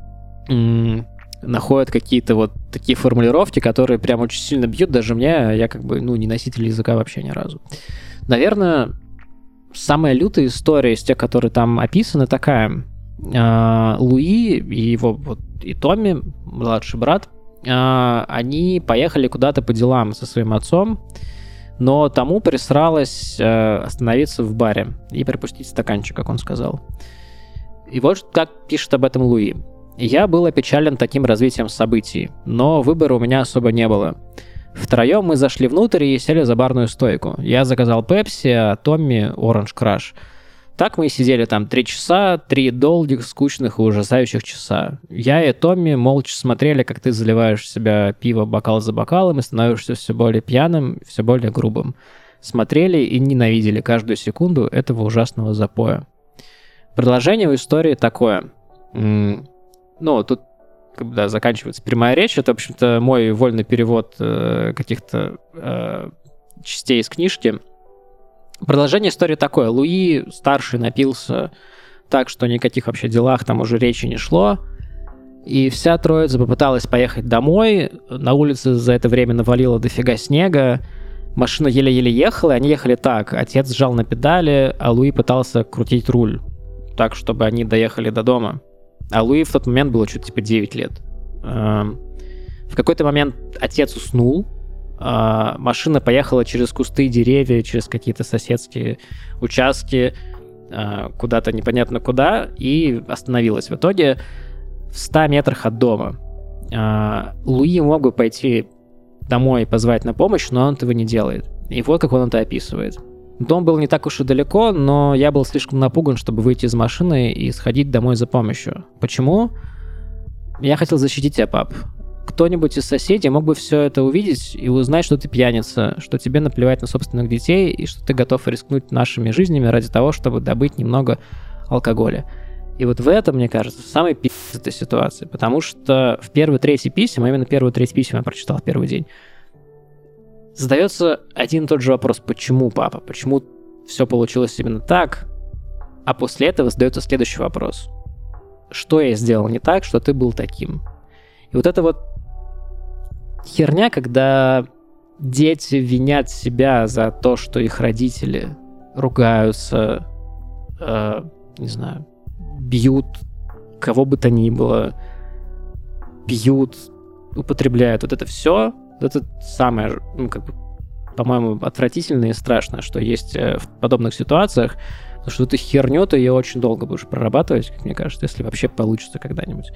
м- находит какие-то вот такие формулировки, которые прям очень сильно бьют даже мне, я как бы, ну, не носитель языка вообще ни разу. Наверное, самая лютая история из тех, которые там описаны, такая. Э, Луи и его вот и Томми, младший брат, э, они поехали куда-то по делам со своим отцом, но тому присралось э, остановиться в баре и припустить стаканчик, как он сказал. И вот как пишет об этом Луи. «Я был опечален таким развитием событий, но выбора у меня особо не было. Втроем мы зашли внутрь и сели за барную стойку. Я заказал пепси, а Томми — оранж краш. Так мы и сидели там три часа, три долгих, скучных и ужасающих часа. Я и Томми молча смотрели, как ты заливаешь в себя пиво бокал за бокалом и становишься все более пьяным, все более грубым. смотрели и ненавидели каждую секунду этого ужасного запоя. Продолжение у истории такое. Ну, тут когда заканчивается прямая речь, это, в общем-то, мой вольный перевод э, каких-то э, частей из книжки. Продолжение истории такое. Луи старший напился так, что ни о каких вообще делах там уже речи не шло. И вся троица попыталась поехать домой. На улице за это время навалило дофига снега. Машина еле-еле ехала, и они ехали так. Отец сжал на педали, а Луи пытался крутить руль так, чтобы они доехали до дома. А Луи в тот момент было что-то типа девять лет. В какой-то момент отец уснул, машина поехала через кусты, деревья, через какие-то соседские участки, куда-то непонятно куда, и остановилась. В итоге в ста метрах от дома. Луи мог бы пойти домой и позвать на помощь, но он этого не делает. И вот как он это описывает. Дом был не так уж и далеко, но я был слишком напуган, чтобы выйти из машины и сходить домой за помощью. Почему? Я хотел защитить тебя, пап. Кто-нибудь из соседей мог бы все это увидеть и узнать, что ты пьяница, что тебе наплевать на собственных детей и что ты готов рискнуть нашими жизнями ради того, чтобы добыть немного алкоголя. И вот в этом, мне кажется, самый пи*** этой ситуации, потому что в первой трети писем, а именно первую треть писем я прочитал в первый день, задается один и тот же вопрос: почему, папа? Почему все получилось именно так? А после этого задается следующий вопрос: что я сделал не так, что ты был таким? И вот это вот херня, когда дети винят себя за то, что их родители ругаются, э, не знаю, бьют кого бы то ни было, пьют, употребляют. Вот это все, это самое, ну, как бы, по-моему, отвратительное и страшное, что есть в подобных ситуациях, потому что эту херню ты ее очень долго будешь прорабатывать, как мне кажется, если вообще получится когда-нибудь.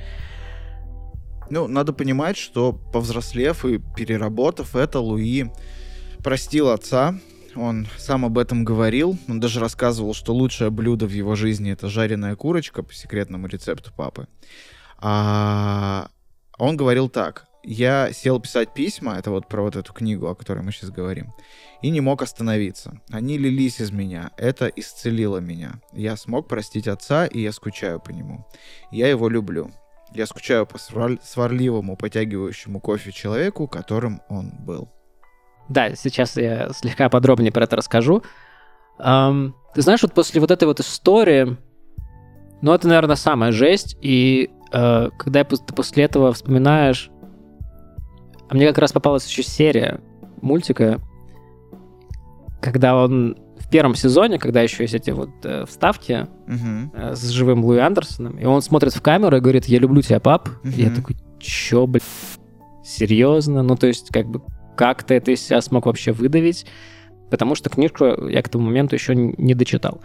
Ну, надо понимать, что, повзрослев и переработав это, Луи простил отца. Он сам об этом говорил. Он даже рассказывал, что лучшее блюдо в его жизни — это жареная курочка по секретному рецепту папы. А он говорил так: я сел писать письма, это вот про вот эту книгу, о которой мы сейчас говорим, и не мог остановиться. Они лились из меня, это исцелило меня. Я смог простить отца, и я скучаю по нему. Я его люблю. Я скучаю по сварливому, потягивающему кофе человеку, которым он был. Да, сейчас я слегка подробнее про это расскажу. Эм, ты знаешь, вот после вот этой вот истории, ну, это, наверное, самая жесть, и э, когда ты после этого вспоминаешь... А мне как раз попалась еще серия мультика, когда он в первом сезоне, когда еще есть эти вот э, вставки uh-huh. э, с живым Луи Андерсоном, и он смотрит в камеру и говорит: я люблю тебя, пап. Uh-huh. И я такой: чё, блядь, серьезно? Ну, то есть, как бы, как ты это из себя смог вообще выдавить? Потому что книжку я к тому моменту еще не дочитал.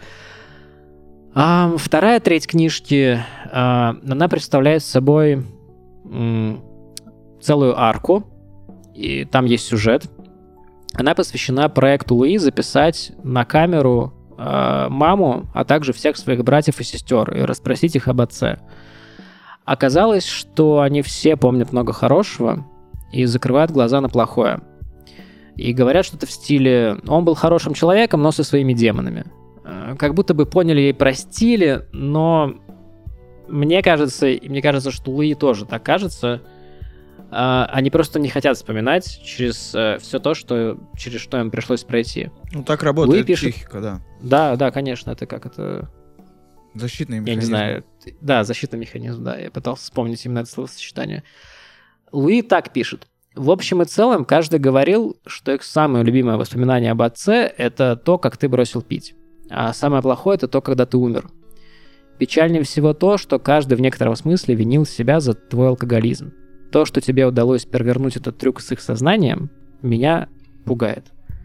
А вторая треть книжки, а, она представляет собой м, целую арку, и там есть сюжет. Она посвящена проекту Луи записать на камеру э, маму, а также всех своих братьев и сестер, и расспросить их об отце. Оказалось, что они все помнят много хорошего и закрывают глаза на плохое. И говорят что-то в стиле: он был хорошим человеком, но со своими демонами. Э, как будто бы поняли и простили, но мне кажется, и мне кажется, что Луи тоже так кажется, Uh, они просто не хотят вспоминать через uh, все то, что, через что им пришлось пройти. Ну, так работает Луи пишет... психика, да. Да, да, конечно, это как это... Защитный механизм. Я не знаю. Да, защитный механизм, да. Я пытался вспомнить именно это словосочетание. Луи так пишет. В общем и целом, каждый говорил, что их самое любимое воспоминание об отце — это то, как ты бросил пить. А самое плохое — это то, когда ты умер. Печальнее всего то, что каждый в некотором смысле винил себя за твой алкоголизм. То, что тебе удалось перевернуть этот трюк с их сознанием, меня пугает.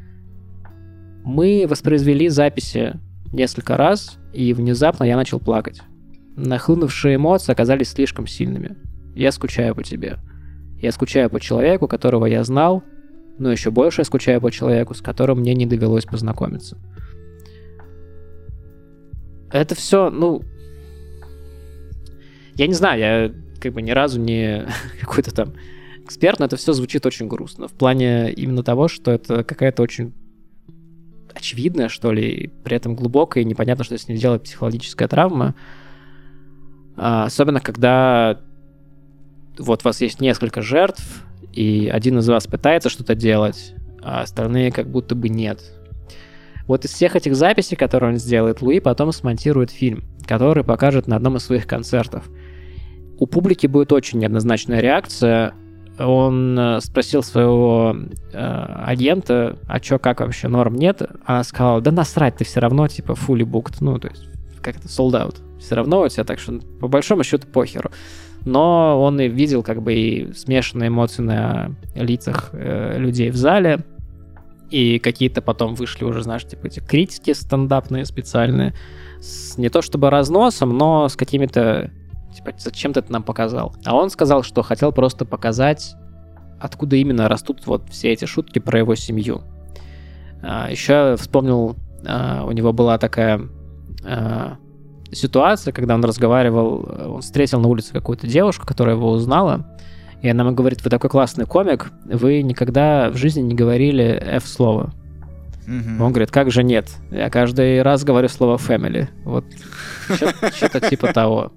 Мы воспроизвели записи несколько раз, и внезапно я начал плакать. Нахлынувшие эмоции оказались слишком сильными. Я скучаю по тебе. Я скучаю по человеку, которого я знал, но еще больше я скучаю по человеку, с которым мне не довелось познакомиться. Это все, ну... Я не знаю, я... как бы ни разу не какой-то там эксперт, но это все звучит очень грустно. В плане именно того, что это какая-то очень очевидная, что ли, и при этом глубокая, и непонятно, что с ней делает психологическая травма. А, особенно, когда вот у вас есть несколько жертв, и один из вас пытается что-то делать, а остальные как будто бы нет. Вот из всех этих записей, которые он сделает, Луи потом смонтирует фильм, который покажет на одном из своих концертов. У публики будет очень неоднозначная реакция. Он спросил своего э, агента, а чё, как вообще, норм, нет? Она сказала, да насрать, ты все равно, типа, fully booked, ну, то есть, как это, sold out. Все равно у тебя, так что, по большому счету, похеру. Но он и видел, как бы, и смешанные эмоции на лицах э, людей в зале, и какие-то потом вышли уже, знаешь, типа, эти критики стендапные специальные, с, не то чтобы разносом, но с какими-то... Типа, зачем ты это нам показал? А он сказал, что хотел просто показать, откуда именно растут вот все эти шутки про его семью. А, еще вспомнил, а, у него была такая а, ситуация, когда он разговаривал, он встретил на улице какую-то девушку, которая его узнала, и она ему говорит, вы такой классный комик, вы никогда в жизни не говорили F-слово. Mm-hmm. Он говорит, как же нет? Я каждый раз говорю слово family. Вот что-то типа того.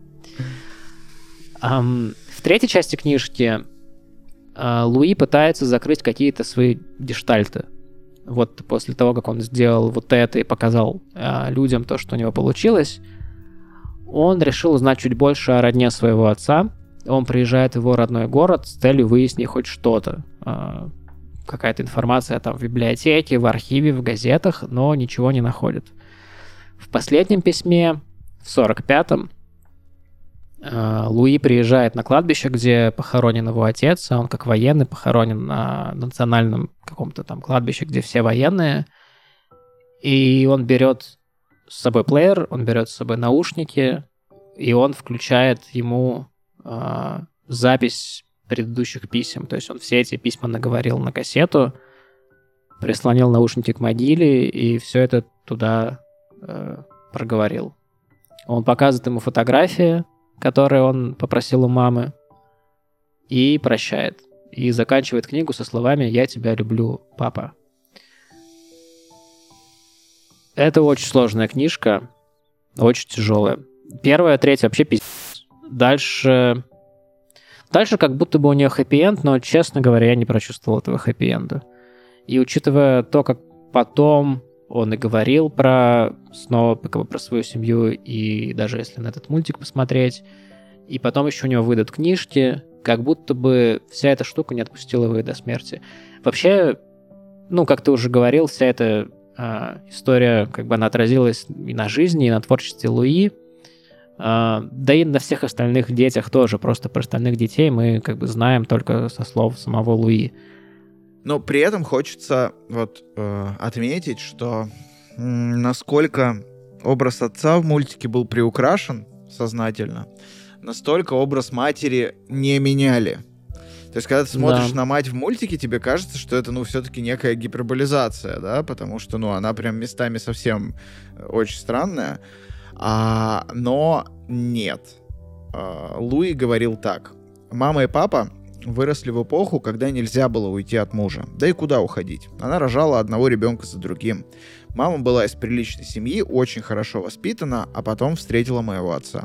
Um, в третьей части книжки uh, Луи пытается закрыть какие-то свои гештальты. Вот после того, как он сделал вот это и показал uh, людям то, что у него получилось, он решил узнать чуть больше о родне своего отца. Он приезжает в его родной город с целью выяснить хоть что-то. Uh, какая-то информация там в библиотеке, в архиве, в газетах, но ничего не находит. В последнем письме, в сорок пятом, Луи приезжает на кладбище, где похоронен его отец, а он как военный похоронен на национальном каком-то там кладбище, где все военные. И он берет с собой плеер, он берет с собой наушники, и он включает ему э, запись предыдущих писем. То есть он все эти письма наговорил на кассету, прислонил наушники к могиле, и все это туда э, проговорил. Он показывает ему фотографии, которые он попросил у мамы, и прощает. И заканчивает книгу со словами «Я тебя люблю, папа». Это очень сложная книжка, очень тяжелая. Первая, третья вообще пиздец. Дальше... Дальше как будто бы у нее хэппи-энд, но, честно говоря, я не прочувствовал этого хэппи-энда. И учитывая то, как потом он и говорил про снова как бы, про свою семью, и даже если на этот мультик посмотреть, и потом еще у него выйдут книжки, как будто бы вся эта штука не отпустила его и до смерти. Вообще, ну, как ты уже говорил, вся эта а, история, как бы она отразилась и на жизни, и на творчестве Луи, а, да и на всех остальных детях тоже. Просто про остальных детей мы как бы знаем только со слов самого Луи. Но при этом хочется вот э, отметить, что м, насколько образ отца в мультике был приукрашен сознательно, настолько образ матери не меняли. То есть, когда ты смотришь да. на мать в мультике, тебе кажется, что это, ну, все-таки некая гиперболизация, да, потому что, ну, она прям местами совсем очень странная. А, но нет. А, Луи говорил так. Мама и папа выросли в эпоху, когда нельзя было уйти от мужа. Да и куда уходить? Она рожала одного ребенка за другим. Мама была из приличной семьи, очень хорошо воспитана, а потом встретила моего отца.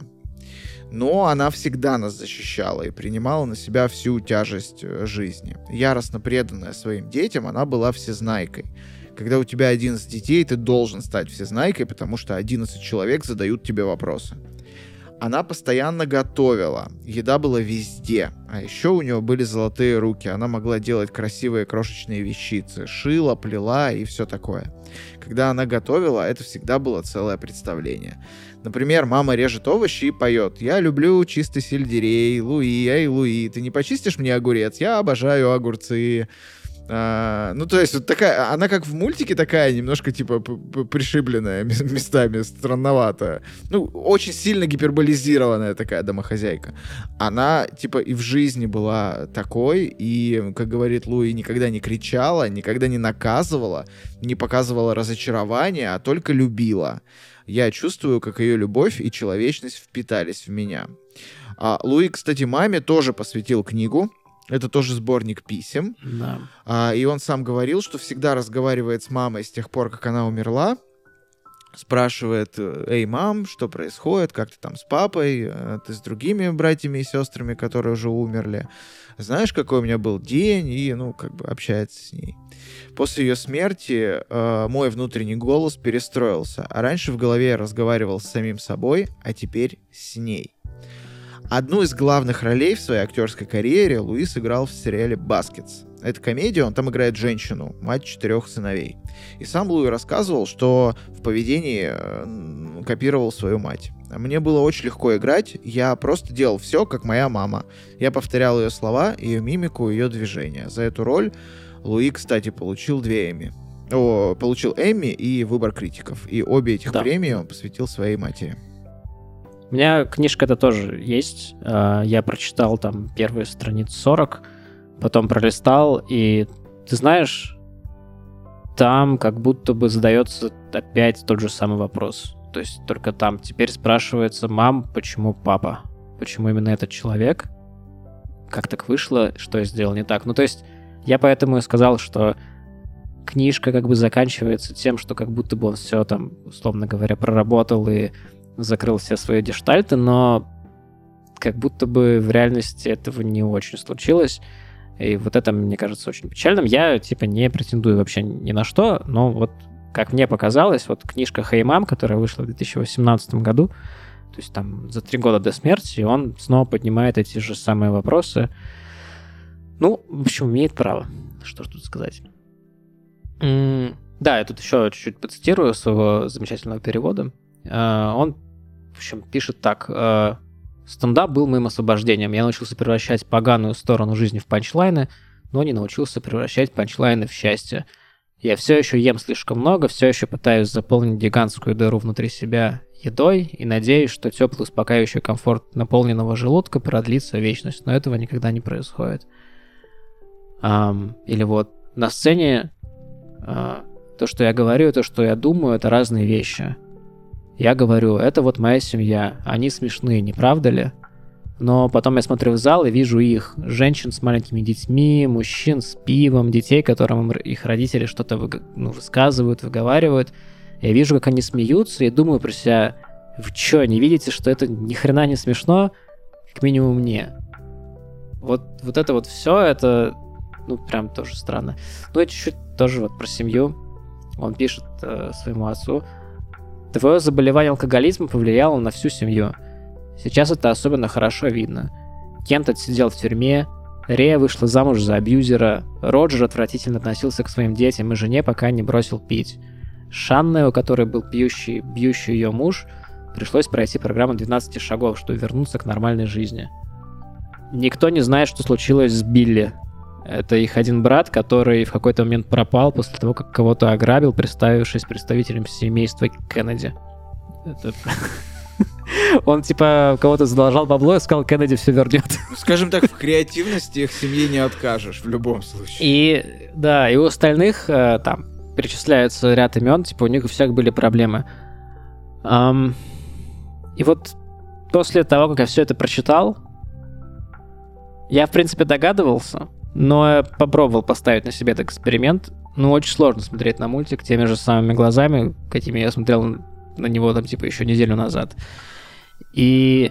Но она всегда нас защищала и принимала на себя всю тяжесть жизни. Яростно преданная своим детям, она была всезнайкой. Когда у тебя одиннадцать детей, ты должен стать всезнайкой, потому что одиннадцать человек задают тебе вопросы. Она постоянно готовила, еда была везде, а еще у нее были золотые руки, она могла делать красивые крошечные вещицы, шила, плела и все такое. Когда она готовила, это всегда было целое представление. Например, мама режет овощи и поет: «Я люблю чистый сельдерей, Луи, эй, Луи, ты не почистишь мне огурец? Я обожаю огурцы». А, ну, то есть, вот такая, она как в мультике такая, немножко, типа, пришибленная местами, странноватая. Ну, очень сильно гиперболизированная такая домохозяйка. Она, типа, и в жизни была такой, и, как говорит Луи, никогда не кричала, никогда не наказывала, не показывала разочарования, а только любила. Я чувствую, как ее любовь и человечность впитались в меня. А Луи, кстати, маме тоже посвятил книгу. Это тоже сборник писем. Да. А, и он сам говорил, что всегда разговаривает с мамой с тех пор, как она умерла. Спрашивает: эй, мам, что происходит, как ты там с папой, ты с другими братьями и сестрами, которые уже умерли, знаешь, какой у меня был день, и, ну, как бы общается с ней. После ее смерти э, мой внутренний голос перестроился, а раньше в голове я разговаривал с самим собой, а теперь с ней. Одну из главных ролей в своей актерской карьере Луи сыграл в сериале «Баскетс». Это комедия, он там играет женщину, мать четырех сыновей. И сам Луи рассказывал, что в поведении э, копировал свою мать. Мне было очень легко играть, я просто делал все, как моя мама. Я повторял ее слова, ее мимику, ее движения. За эту роль Луи, кстати, получил две Эмми. О, получил Эмми и выбор критиков. И обе этих Да. премии он посвятил своей матери. У меня книжка-то тоже есть. А, Я прочитал там первые страниц сорок, потом пролистал, и ты знаешь, там как будто бы задается опять тот же самый вопрос. То есть только там теперь спрашивается: мам, почему папа? Почему именно этот человек? Как так вышло? Что я сделал не так? Ну, то есть я поэтому и сказал, что книжка как бы заканчивается тем, что как будто бы он все там, условно говоря, проработал и закрыл все свои гештальты, но как будто бы в реальности этого не очень случилось. И вот это, мне кажется, очень печальным. Я, типа, не претендую вообще ни на что, но вот, как мне показалось, вот книжка «Hey Mom», которая вышла в две тысячи восемнадцатом году, то есть там за три года до смерти, он снова поднимает эти же самые вопросы. Ну, в общем, имеет право. Что ж тут сказать. М, Да, я тут еще чуть-чуть процитирую своего замечательного перевода. Э, Он, в общем, пишет так. э, «Стендап был моим освобождением. Я научился превращать поганую сторону жизни в панчлайны, но не научился превращать панчлайны в счастье. Я все еще ем слишком много, все еще пытаюсь заполнить гигантскую дыру внутри себя едой и надеюсь, что теплый, успокаивающий комфорт наполненного желудка продлится вечность, но этого никогда не происходит». Ам, Или вот на сцене а, то, что я говорю, то, что я думаю, это разные вещи. Я говорю: это вот моя семья, они смешные, не правда ли? Но потом я смотрю в зал и вижу их, женщин с маленькими детьми, мужчин с пивом, детей, которым их родители что-то вы, ну, высказывают, выговаривают. Я вижу, как они смеются, и думаю про себя: вы чё, не видите, что это ни хрена не смешно? Как минимум мне. Вот, вот это вот все, это, ну, прям тоже странно. Ну и чуть-чуть тоже вот про семью. Он пишет э, своему отцу: твое заболевание алкоголизмом повлияло на всю семью. Сейчас это особенно хорошо видно. Кент отсидел в тюрьме, Рея вышла замуж за абьюзера, Роджер отвратительно относился к своим детям и жене, пока не бросил пить. Шанне, у которой был пьющий, бьющий ее муж, пришлось пройти программу двенадцати шагов, чтобы вернуться к нормальной жизни. Никто не знает, что случилось с Билли. Это их один брат, который в какой-то момент пропал после того, как кого-то ограбил, представившись представителем семейства Кеннеди. Это... Он, типа, кого-то задолжал бабло и сказал: Кеннеди все вернет. Скажем так, в креативности их семье не откажешь в любом случае. И, да, и у остальных э, там перечисляется ряд имен, типа, у них у всех были проблемы. Ам, И вот после того, как я все это прочитал, я, в принципе, догадывался, но я попробовал поставить на себе этот эксперимент. Ну, очень сложно смотреть на мультик теми же самыми глазами, какими я смотрел на него, там, типа, еще неделю назад. И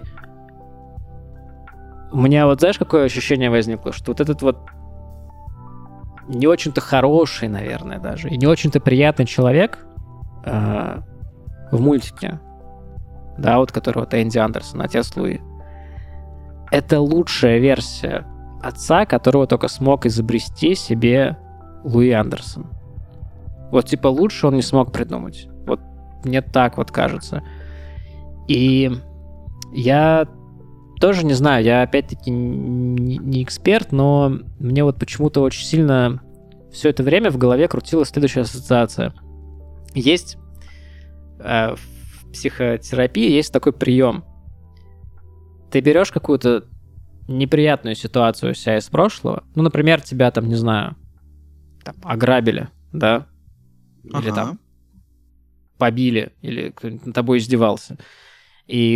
у меня вот, знаешь, какое ощущение возникло, что вот этот вот не очень-то хороший, наверное, даже, и не очень-то приятный человек э, в мультике, да, вот которого вот Энди Андерсон, отец Луи, это лучшая версия отца, которого только смог изобрести себе Луи Андерсон. Вот типа лучше он не смог придумать. Вот мне так вот кажется. И я тоже не знаю, я опять-таки не, не эксперт, но мне вот почему-то очень сильно все это время в голове крутилась следующая ассоциация. Есть э, в психотерапии есть такой прием. Ты берешь какую-то неприятную ситуацию у себя из прошлого, ну, например, тебя там, не знаю, там, ограбили, да, или Ага. там побили, или кто-нибудь над тобой издевался, и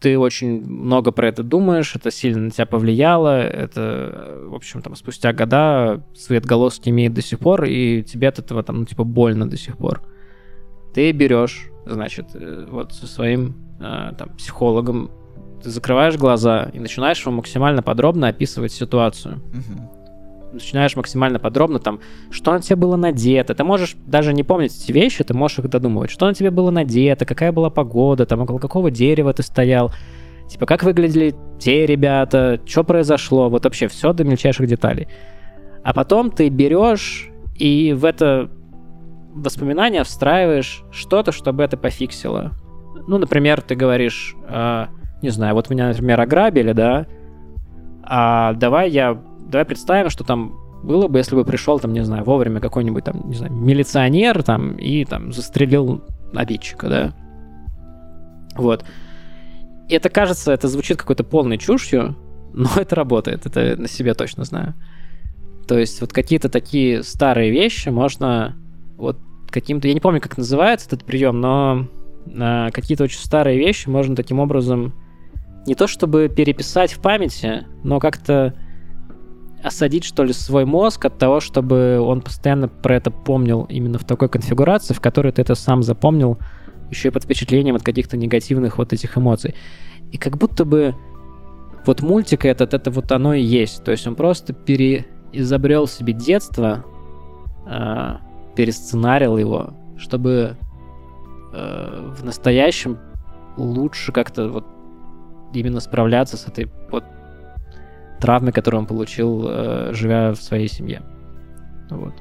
ты очень много про это думаешь, это сильно на тебя повлияло, это, в общем, там, спустя года свои отголоски имеет до сих пор, и тебе от этого, там, ну, типа, больно до сих пор. Ты берешь, значит, вот со своим, там, психологом, ты закрываешь глаза и начинаешь ему максимально подробно описывать ситуацию. Угу. Начинаешь максимально подробно, там, что на тебе было надето. Ты можешь даже не помнить эти вещи, ты можешь их додумывать. Что на тебе было надето, какая была погода, там, около какого дерева ты стоял, типа, как выглядели те ребята, что произошло, вот вообще все до мельчайших деталей. А потом ты берешь и в это воспоминание встраиваешь что-то, чтобы это пофиксило. Ну, например, ты говоришь, э, не знаю, вот меня, например, ограбили, да, а давай я... Давай представим, что там было бы, если бы пришел, там, не знаю, вовремя какой-нибудь, там, не знаю, милиционер, там, и, там, застрелил обидчика, да. Вот. И это кажется, это звучит какой-то полной чушью, но это работает, это на себе точно знаю. То есть вот какие-то такие старые вещи можно вот каким-то... Я не помню, как называется этот прием, но а, какие-то очень старые вещи можно таким образом не то чтобы переписать в памяти, но как-то осадить, что ли, свой мозг от того, чтобы он постоянно про это помнил именно в такой конфигурации, в которой ты это сам запомнил, еще и под впечатлением от каких-то негативных вот этих эмоций. И как будто бы вот мультик этот, это вот оно и есть. То есть он просто переизобрел себе детство, э, пересценарил его, чтобы э, в настоящем лучше как-то вот именно справляться с этой вот травмы, которую он получил, э, живя в своей семье. Вот.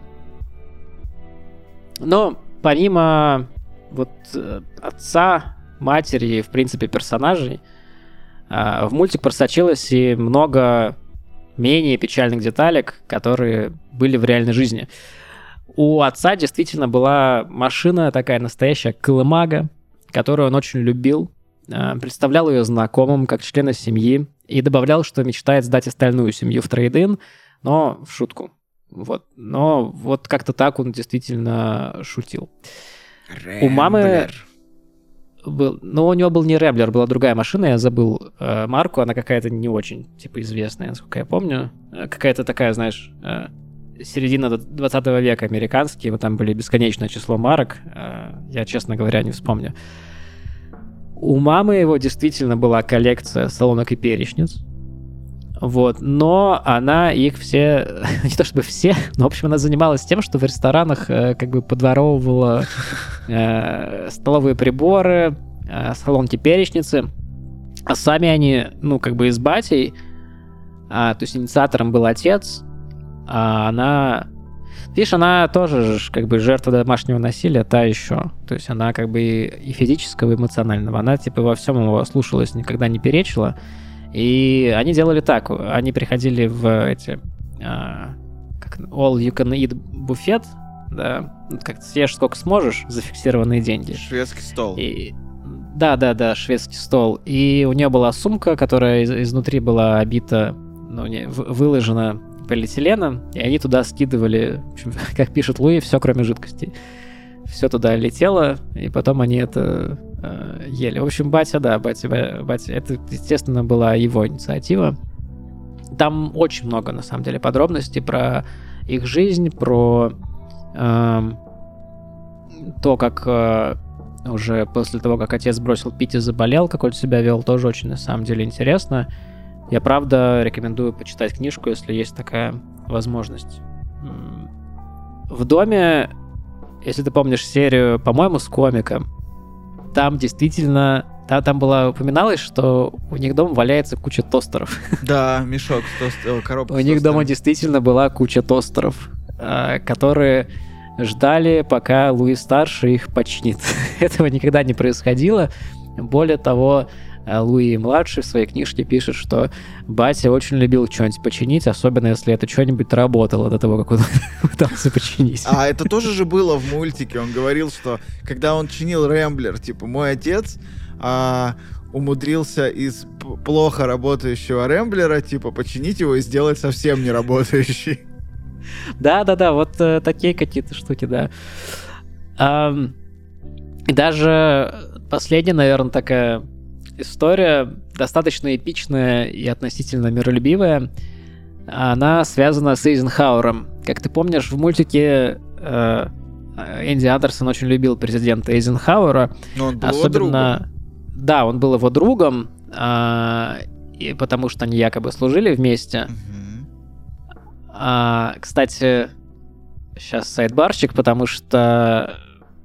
Но помимо вот э, отца, матери и, в принципе, персонажей, э, в мультик просочилось и много менее печальных деталек, которые были в реальной жизни. У отца действительно была машина такая настоящая колымага, которую он очень любил, э, представлял ее знакомым как члена семьи, и добавлял, что мечтает сдать остальную семью в трейд-ин, но в шутку. Вот. Но вот как-то так он действительно шутил. Рэмблер. У мамы был... Ну, у него был не Рэмблер, была другая машина, я забыл э, марку, она какая-то не очень, типа, известная, насколько я помню. Э, какая-то такая, знаешь, э, середина двадцатого века американские, вот там были бесконечное число марок, э, я, честно говоря, не вспомню. У мамы его действительно была коллекция солонок и перечниц. Вот. Но она их все... Не то чтобы все, но, в общем, она занималась тем, что в ресторанах э, как бы подворовывала э, столовые приборы, э, солонки, перечницы. А сами они, ну, как бы и с батей, а, то есть инициатором был отец, а она... Видишь, она тоже как бы жертва домашнего насилия, та еще. То есть она как бы и физического, и эмоционального. Она типа во всем его слушалась, никогда не перечила. И они делали так. Они приходили в эти... А, как, all you can eat буфет, да, как съешь сколько сможешь, зафиксированные деньги. Шведский стол. И... Да, да, да, шведский стол. И у нее была сумка, которая из- изнутри была обита, ну, не, в- выложена полиэтиленом, и они туда скидывали, в общем, как пишет Луи, все кроме жидкости. Все туда летело, и потом они это э, ели. В общем, батя, да, батя, батя, это, естественно, была его инициатива. Там очень много, на самом деле, подробностей про их жизнь, про э, то, как э, уже после того, как отец бросил пить и заболел, как он себя вел, тоже очень, на самом деле, интересно. Я, правда, рекомендую почитать книжку, если есть такая возможность. В доме, если ты помнишь серию, по-моему, с комиком, там действительно... Там, там было упоминалось, что у них дома валяется куча тостеров. Да, мешок с тост... коробка У с них тостером. дома действительно была куча тостеров, которые ждали, пока Луи-старший их починит. Этого никогда не происходило. Более того, Луи-младший в своей книжке пишет, что батя очень любил что-нибудь починить, особенно если это что-нибудь работало до того, как он пытался починить. А это тоже же было в мультике. Он говорил, что когда он чинил Рэмблер, типа, мой отец а, умудрился из п- плохо работающего Рэмблера, типа, починить его и сделать совсем не работающий. Да-да-да, вот э, такие какие-то штуки, да. Ам, и даже последняя, наверное, такая история достаточно эпичная и относительно миролюбивая. Она связана с Эйзенхауэром. Как ты помнишь, в мультике э, Энди Андерсон очень любил президента Эйзенхауэра. Но он был особенно... его другом. Да, он был его другом, э, и потому что они якобы служили вместе. Мгм. А, кстати, сейчас сайдбарчик, потому что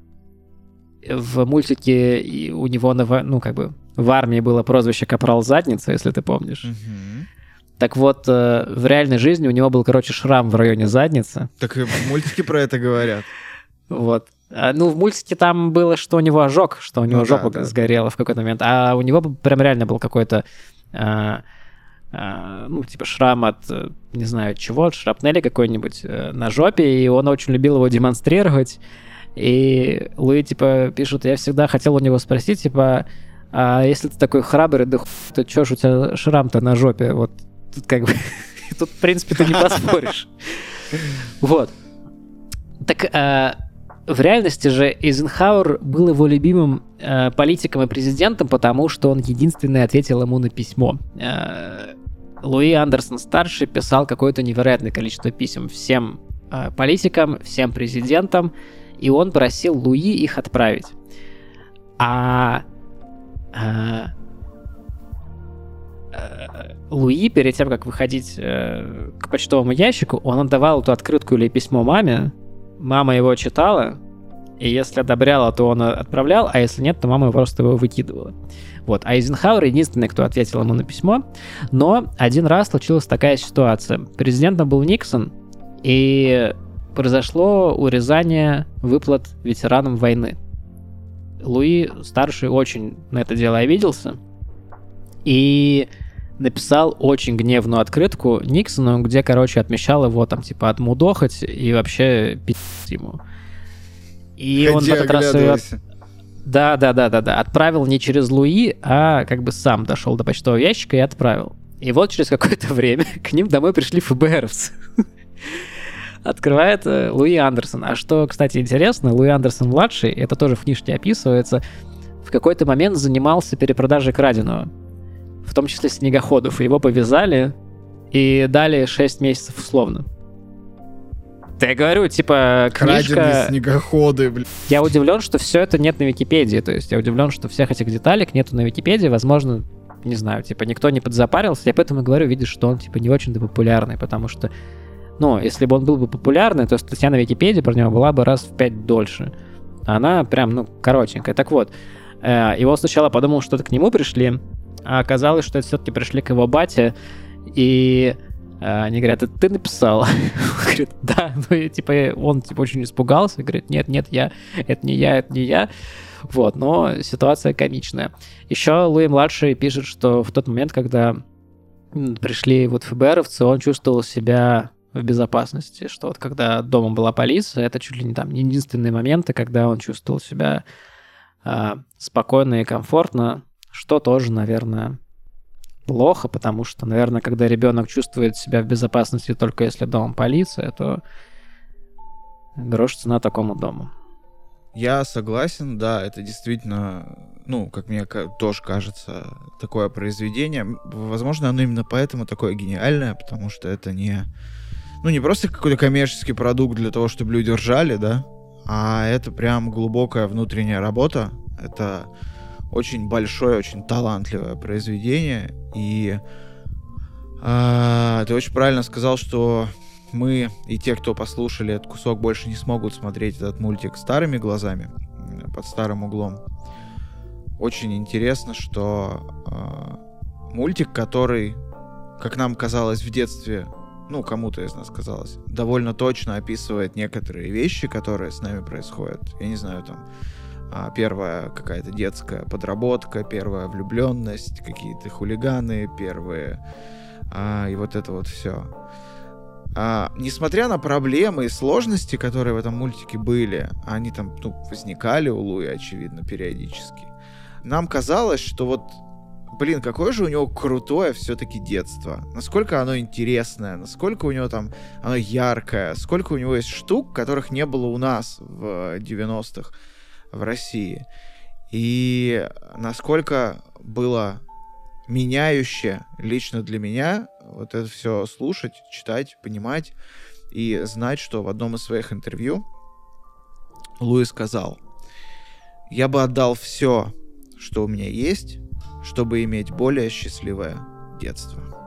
в мультике и у него, на во- ну, как бы, в армии было прозвище Капрал Задница, если ты помнишь. Мгм. Так вот, э, в реальной жизни у него был, короче, шрам в районе задницы. Так и в мультике про это говорят. Вот. А, ну, в мультике там было, что у него ожог, что у него Ну да, жопа да. сгорела в какой-то момент. А у него прям реально был какой-то, а, а, ну, типа шрам от, э, не знаю, чего, от шрапнели какой-нибудь э, на жопе, и он очень любил его демонстрировать. И Луи, типа, пишет, я всегда хотел у него спросить, типа, а если ты такой храбрый, да хуй, то чё ж у тебя шрам-то на жопе? Вот тут как бы... Тут, в принципе, ты не поспоришь. Вот. Так э, в реальности же Эйзенхауэр был его любимым э, политиком и президентом, потому что он единственный ответил ему на письмо. Э, Луи Андерсон-старший писал какое-то невероятное количество писем всем э, политикам, всем президентам, и он просил Луи их отправить. А э, э, Луи, перед тем, как выходить э, к почтовому ящику, он отдавал эту открытку или письмо маме. Мама его читала, и если одобряла, то он отправлял, а если нет, то мама просто его выкидывала. Вот. А Эйзенхауэр единственный, кто ответил ему на письмо. Но один раз случилась такая ситуация. Президентом был Никсон, и произошло урезание выплат ветеранам войны. Луи старший очень на это дело обиделся и написал очень гневную открытку Никсону, где, короче, отмечал его там, типа, отмудохать и вообще пи***ть ему. И он в Ходи, этот раз ее... оглядывайся. Да, да, да, да, да. Отправил не через Луи, а как бы сам дошел до почтового ящика и отправил. И вот через какое-то время к ним домой пришли ФБРовцы. Открывает э, Луи Андерсон. А что, кстати, интересно, Луи Андерсон-младший, это тоже в книжке описывается, в какой-то момент занимался перепродажей краденого, в том числе снегоходов. Его повязали и дали шесть месяцев условно. Да я говорю, типа, Краденые книжка... снегоходы, блин. Я удивлен, что все это нет на Википедии. То есть я удивлен, что всех этих деталек нету на Википедии. Возможно, не знаю, типа, никто не подзапарился. Я поэтому и говорю, видишь, что он, типа, не очень-то популярный, потому что, ну, если бы он был бы популярный, то статья на Википедии про него была бы раз в пять дольше. А она прям, ну, коротенькая. Так вот, э, его сначала подумал, что это к нему пришли, а оказалось, что это все-таки пришли к его бате, и э, они говорят, это ты написал? Он говорит, да. Ну, и, типа, он, типа, очень испугался, говорит, нет, нет, я, это не я, это не я. Вот, но ситуация комичная. Еще Луи-младший пишет, что в тот момент, когда пришли вот ФБРовцы, он чувствовал себя в безопасности, что вот когда дома была полиция, это чуть ли не там единственные моменты, когда он чувствовал себя э, спокойно и комфортно, что тоже, наверное, плохо, потому что, наверное, когда ребенок чувствует себя в безопасности только если дома полиция, то грош цена такому дому. Я согласен, да, это действительно, ну, как мне ка- тоже кажется, такое произведение. М, Возможно, оно именно поэтому такое гениальное, потому что это не, ну, не просто какой-то коммерческий продукт для того, чтобы люди ржали, да, а это прям глубокая внутренняя работа. Это очень большое, очень талантливое произведение. И а, ты очень правильно сказал, что мы и те, кто послушали этот кусок, больше не смогут смотреть этот мультик старыми глазами, м, под старым углом. Очень интересно, что э, мультик, который, как нам казалось в детстве, ну, кому-то из нас казалось, довольно точно описывает некоторые вещи, которые с нами происходят. Я не знаю, там, а, первая какая-то детская подработка, первая влюбленность, какие-то хулиганы, первые... а, и вот это вот все. А, несмотря на проблемы и сложности, которые в этом мультике были, они там, ну, возникали у Луи, очевидно, периодически, нам казалось, что вот, блин, какое же у него крутое все-таки детство. Насколько оно интересное, насколько у него там оно яркое, сколько у него есть штук, которых не было у нас в девяностых в России. И насколько было меняющее лично для меня вот это все слушать, читать, понимать и знать, что в одном из своих интервью Луи сказал: «Я бы отдал все, что у меня есть, чтобы иметь более счастливое детство».